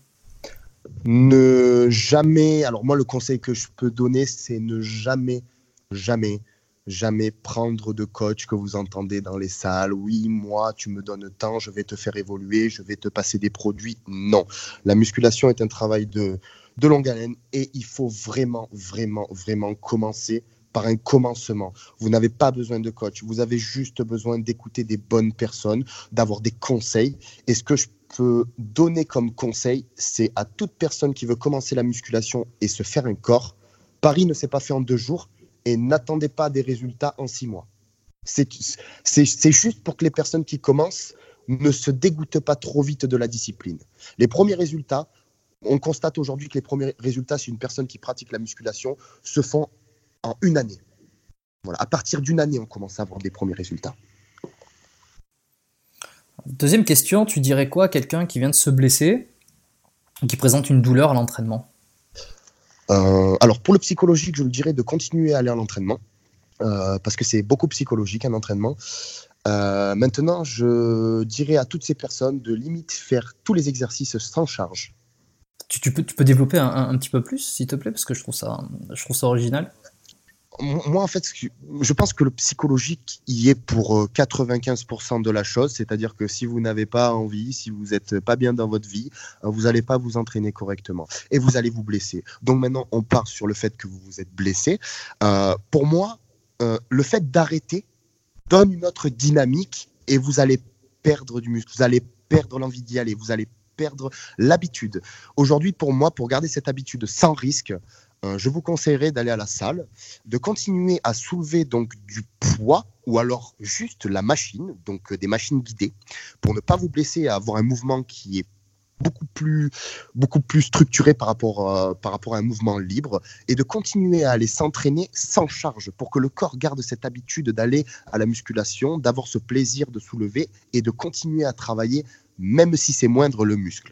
Ne jamais. Alors moi, le conseil que je peux donner, c'est ne jamais jamais prendre de coach que vous entendez dans les salles. Oui, moi, tu me donnes temps, je vais te faire évoluer, je vais te passer des produits. Non, la musculation est un travail de longue haleine et il faut vraiment, vraiment, vraiment commencer par un commencement. Vous n'avez pas besoin de coach, vous avez juste besoin d'écouter des bonnes personnes, d'avoir des conseils. Et ce que je peux donner comme conseil, c'est à toute personne qui veut commencer la musculation et se faire un corps, Paris ne s'est pas fait en 2 jours et n'attendez pas des résultats en 6 mois. C'est juste pour que les personnes qui commencent ne se dégoûtent pas trop vite de la discipline. Les premiers résultats, on constate aujourd'hui que les premiers résultats chez une personne qui pratique la musculation se font en 1 année. Voilà. À partir d'1 année, on commence à avoir des premiers résultats. Deuxième question, tu dirais quoi à quelqu'un qui vient de se blesser, qui présente une douleur à l'entraînement ? Alors pour le psychologique, je le dirais de continuer à aller à l'entraînement, parce que c'est beaucoup psychologique un entraînement. Maintenant, je dirais à toutes ces personnes de limite faire tous les exercices sans charge. Tu peux développer un petit peu plus, s'il te plaît, parce que je trouve ça original. Moi, en fait, je pense que le psychologique y est pour 95% de la chose, c'est-à-dire que si vous n'avez pas envie, si vous n'êtes pas bien dans votre vie, vous n'allez pas vous entraîner correctement et vous allez vous blesser. Donc maintenant, on part sur le fait que vous vous êtes blessé. Pour moi, le fait d'arrêter donne une autre dynamique et vous allez perdre du muscle, vous allez perdre l'envie d'y aller, vous allez perdre l'habitude. Aujourd'hui, pour moi, pour garder cette habitude sans risque, je vous conseillerais d'aller à la salle, de continuer à soulever donc du poids ou alors juste la machine, donc des machines guidées, pour ne pas vous blesser et avoir un mouvement qui est beaucoup plus structuré par rapport à un mouvement libre, et de continuer à aller s'entraîner sans charge pour que le corps garde cette habitude d'aller à la musculation, d'avoir ce plaisir de soulever et de continuer à travailler même si c'est moindre le muscle.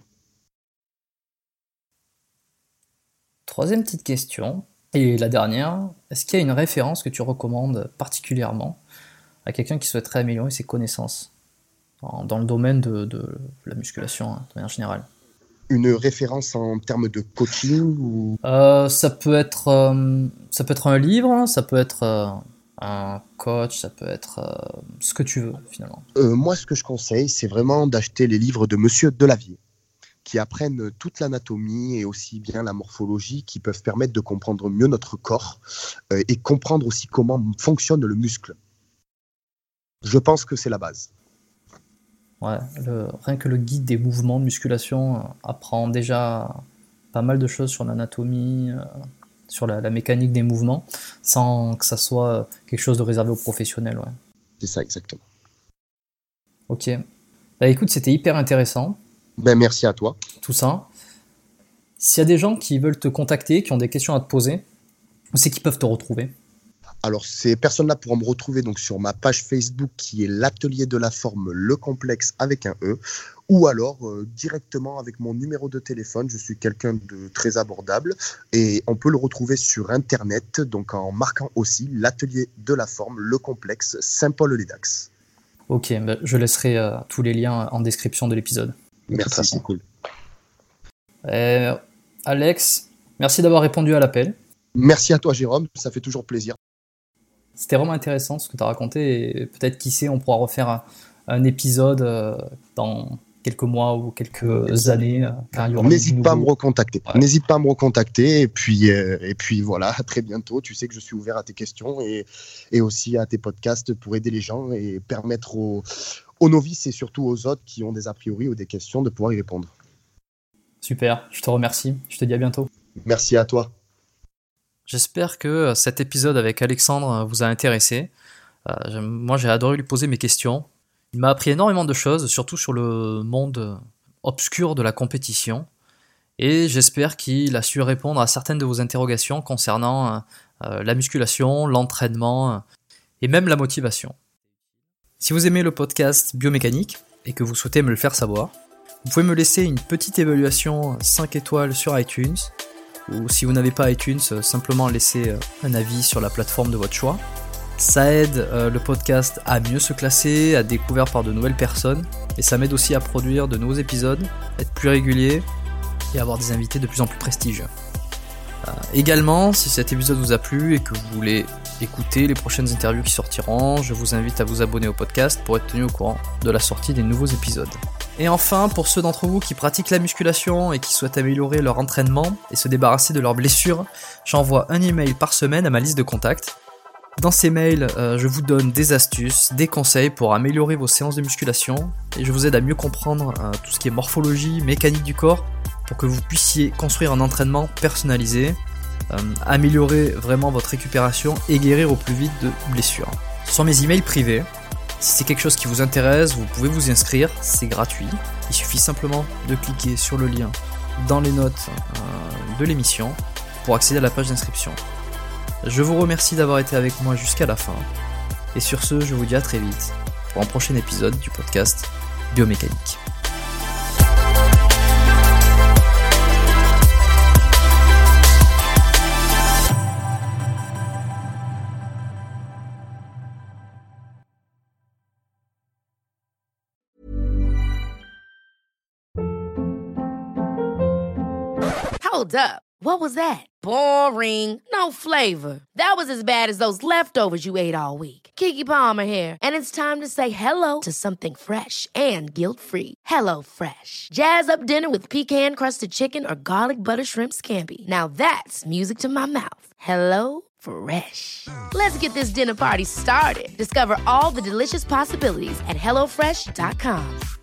Troisième petite question, et la dernière, est-ce qu'il y a une référence que tu recommandes particulièrement à quelqu'un qui souhaiterait améliorer ses connaissances dans le domaine de la musculation, de manière générale? Une référence en termes de coaching ou... Ça peut être un livre, ça peut être un coach, ça peut être ce que tu veux finalement. Moi, ce que je conseille, c'est vraiment d'acheter les livres de Monsieur Delavier, qui apprennent toute l'anatomie et aussi bien la morphologie, qui peuvent permettre de comprendre mieux notre corps et comprendre aussi comment fonctionne le muscle. Je pense que c'est la base. Ouais, rien que le guide des mouvements de musculation apprend déjà pas mal de choses sur l'anatomie, sur la mécanique des mouvements, sans que ça soit quelque chose de réservé aux professionnels. Ouais. C'est ça, exactement. Ok. Bah écoute, c'était hyper intéressant. Ben, merci à toi. Tout ça. S'il y a des gens qui veulent te contacter, qui ont des questions à te poser, où c'est qu'ils peuvent te retrouver? Alors, ces personnes-là pourront me retrouver donc sur ma page Facebook qui est l'Atelier de la Forme, le complexe avec un E, ou alors directement avec mon numéro de téléphone. Je suis quelqu'un de très abordable et on peut le retrouver sur Internet, donc en marquant aussi l'Atelier de la Forme, le complexe Saint-Paul-les-Dax. Ok, bah, je laisserai tous les liens en description de l'épisode. Merci, c'est cool. Alex, merci d'avoir répondu à l'appel. Merci à toi, Jérôme, ça fait toujours plaisir. C'était vraiment intéressant ce que tu as raconté et peut-être, qui sait, on pourra refaire un épisode dans quelques mois ou quelques années. N'hésite pas à me recontacter. Ouais. N'hésite pas à me recontacter et puis voilà, à très bientôt. Tu sais que je suis ouvert à tes questions et aussi à tes podcasts pour aider les gens et permettre aux novices et surtout aux autres qui ont des a priori ou des questions de pouvoir y répondre. Super, je te remercie. Je te dis à bientôt. Merci à toi. J'espère que cet épisode avec Alexandre vous a intéressé. Moi, j'ai adoré lui poser mes questions. Il m'a appris énormément de choses, surtout sur le monde obscur de la compétition. Et j'espère qu'il a su répondre à certaines de vos interrogations concernant la musculation, l'entraînement et même la motivation. Si vous aimez le podcast Biomécanique et que vous souhaitez me le faire savoir, vous pouvez me laisser une petite évaluation 5 étoiles sur iTunes, ou si vous n'avez pas iTunes, simplement laisser un avis sur la plateforme de votre choix. Ça aide le podcast à mieux se classer, à être découvert par de nouvelles personnes, et ça m'aide aussi à produire de nouveaux épisodes, être plus régulier et avoir des invités de plus en plus prestigieux. Également, si cet épisode vous a plu et que vous voulez écouter les prochaines interviews qui sortiront, je vous invite à vous abonner au podcast pour être tenu au courant de la sortie des nouveaux épisodes. Et enfin, pour ceux d'entre vous qui pratiquent la musculation et qui souhaitent améliorer leur entraînement et se débarrasser de leurs blessures, j'envoie un email par semaine à ma liste de contacts. Dans ces mails, je vous donne des astuces, des conseils pour améliorer vos séances de musculation et je vous aide à mieux comprendre tout ce qui est morphologie, mécanique du corps pour que vous puissiez construire un entraînement personnalisé, améliorer vraiment votre récupération et guérir au plus vite de blessures. Ce sont mes emails privés. Si c'est quelque chose qui vous intéresse, vous pouvez vous inscrire, c'est gratuit. Il suffit simplement de cliquer sur le lien dans les notes de l'émission pour accéder à la page d'inscription. Je vous remercie d'avoir été avec moi jusqu'à la fin. Et sur ce, je vous dis à très vite pour un prochain épisode du podcast Biomécanique. Hold up. What was that? Boring. No flavor. That was as bad as those leftovers you ate all week. Keke Palmer here, and it's time to say hello to something fresh and guilt-free. Hello Fresh. Jazz up dinner with pecan-crusted chicken or garlic butter shrimp scampi. Now that's music to my mouth. Hello Fresh. Let's get this dinner party started. Discover all the delicious possibilities at HelloFresh.com.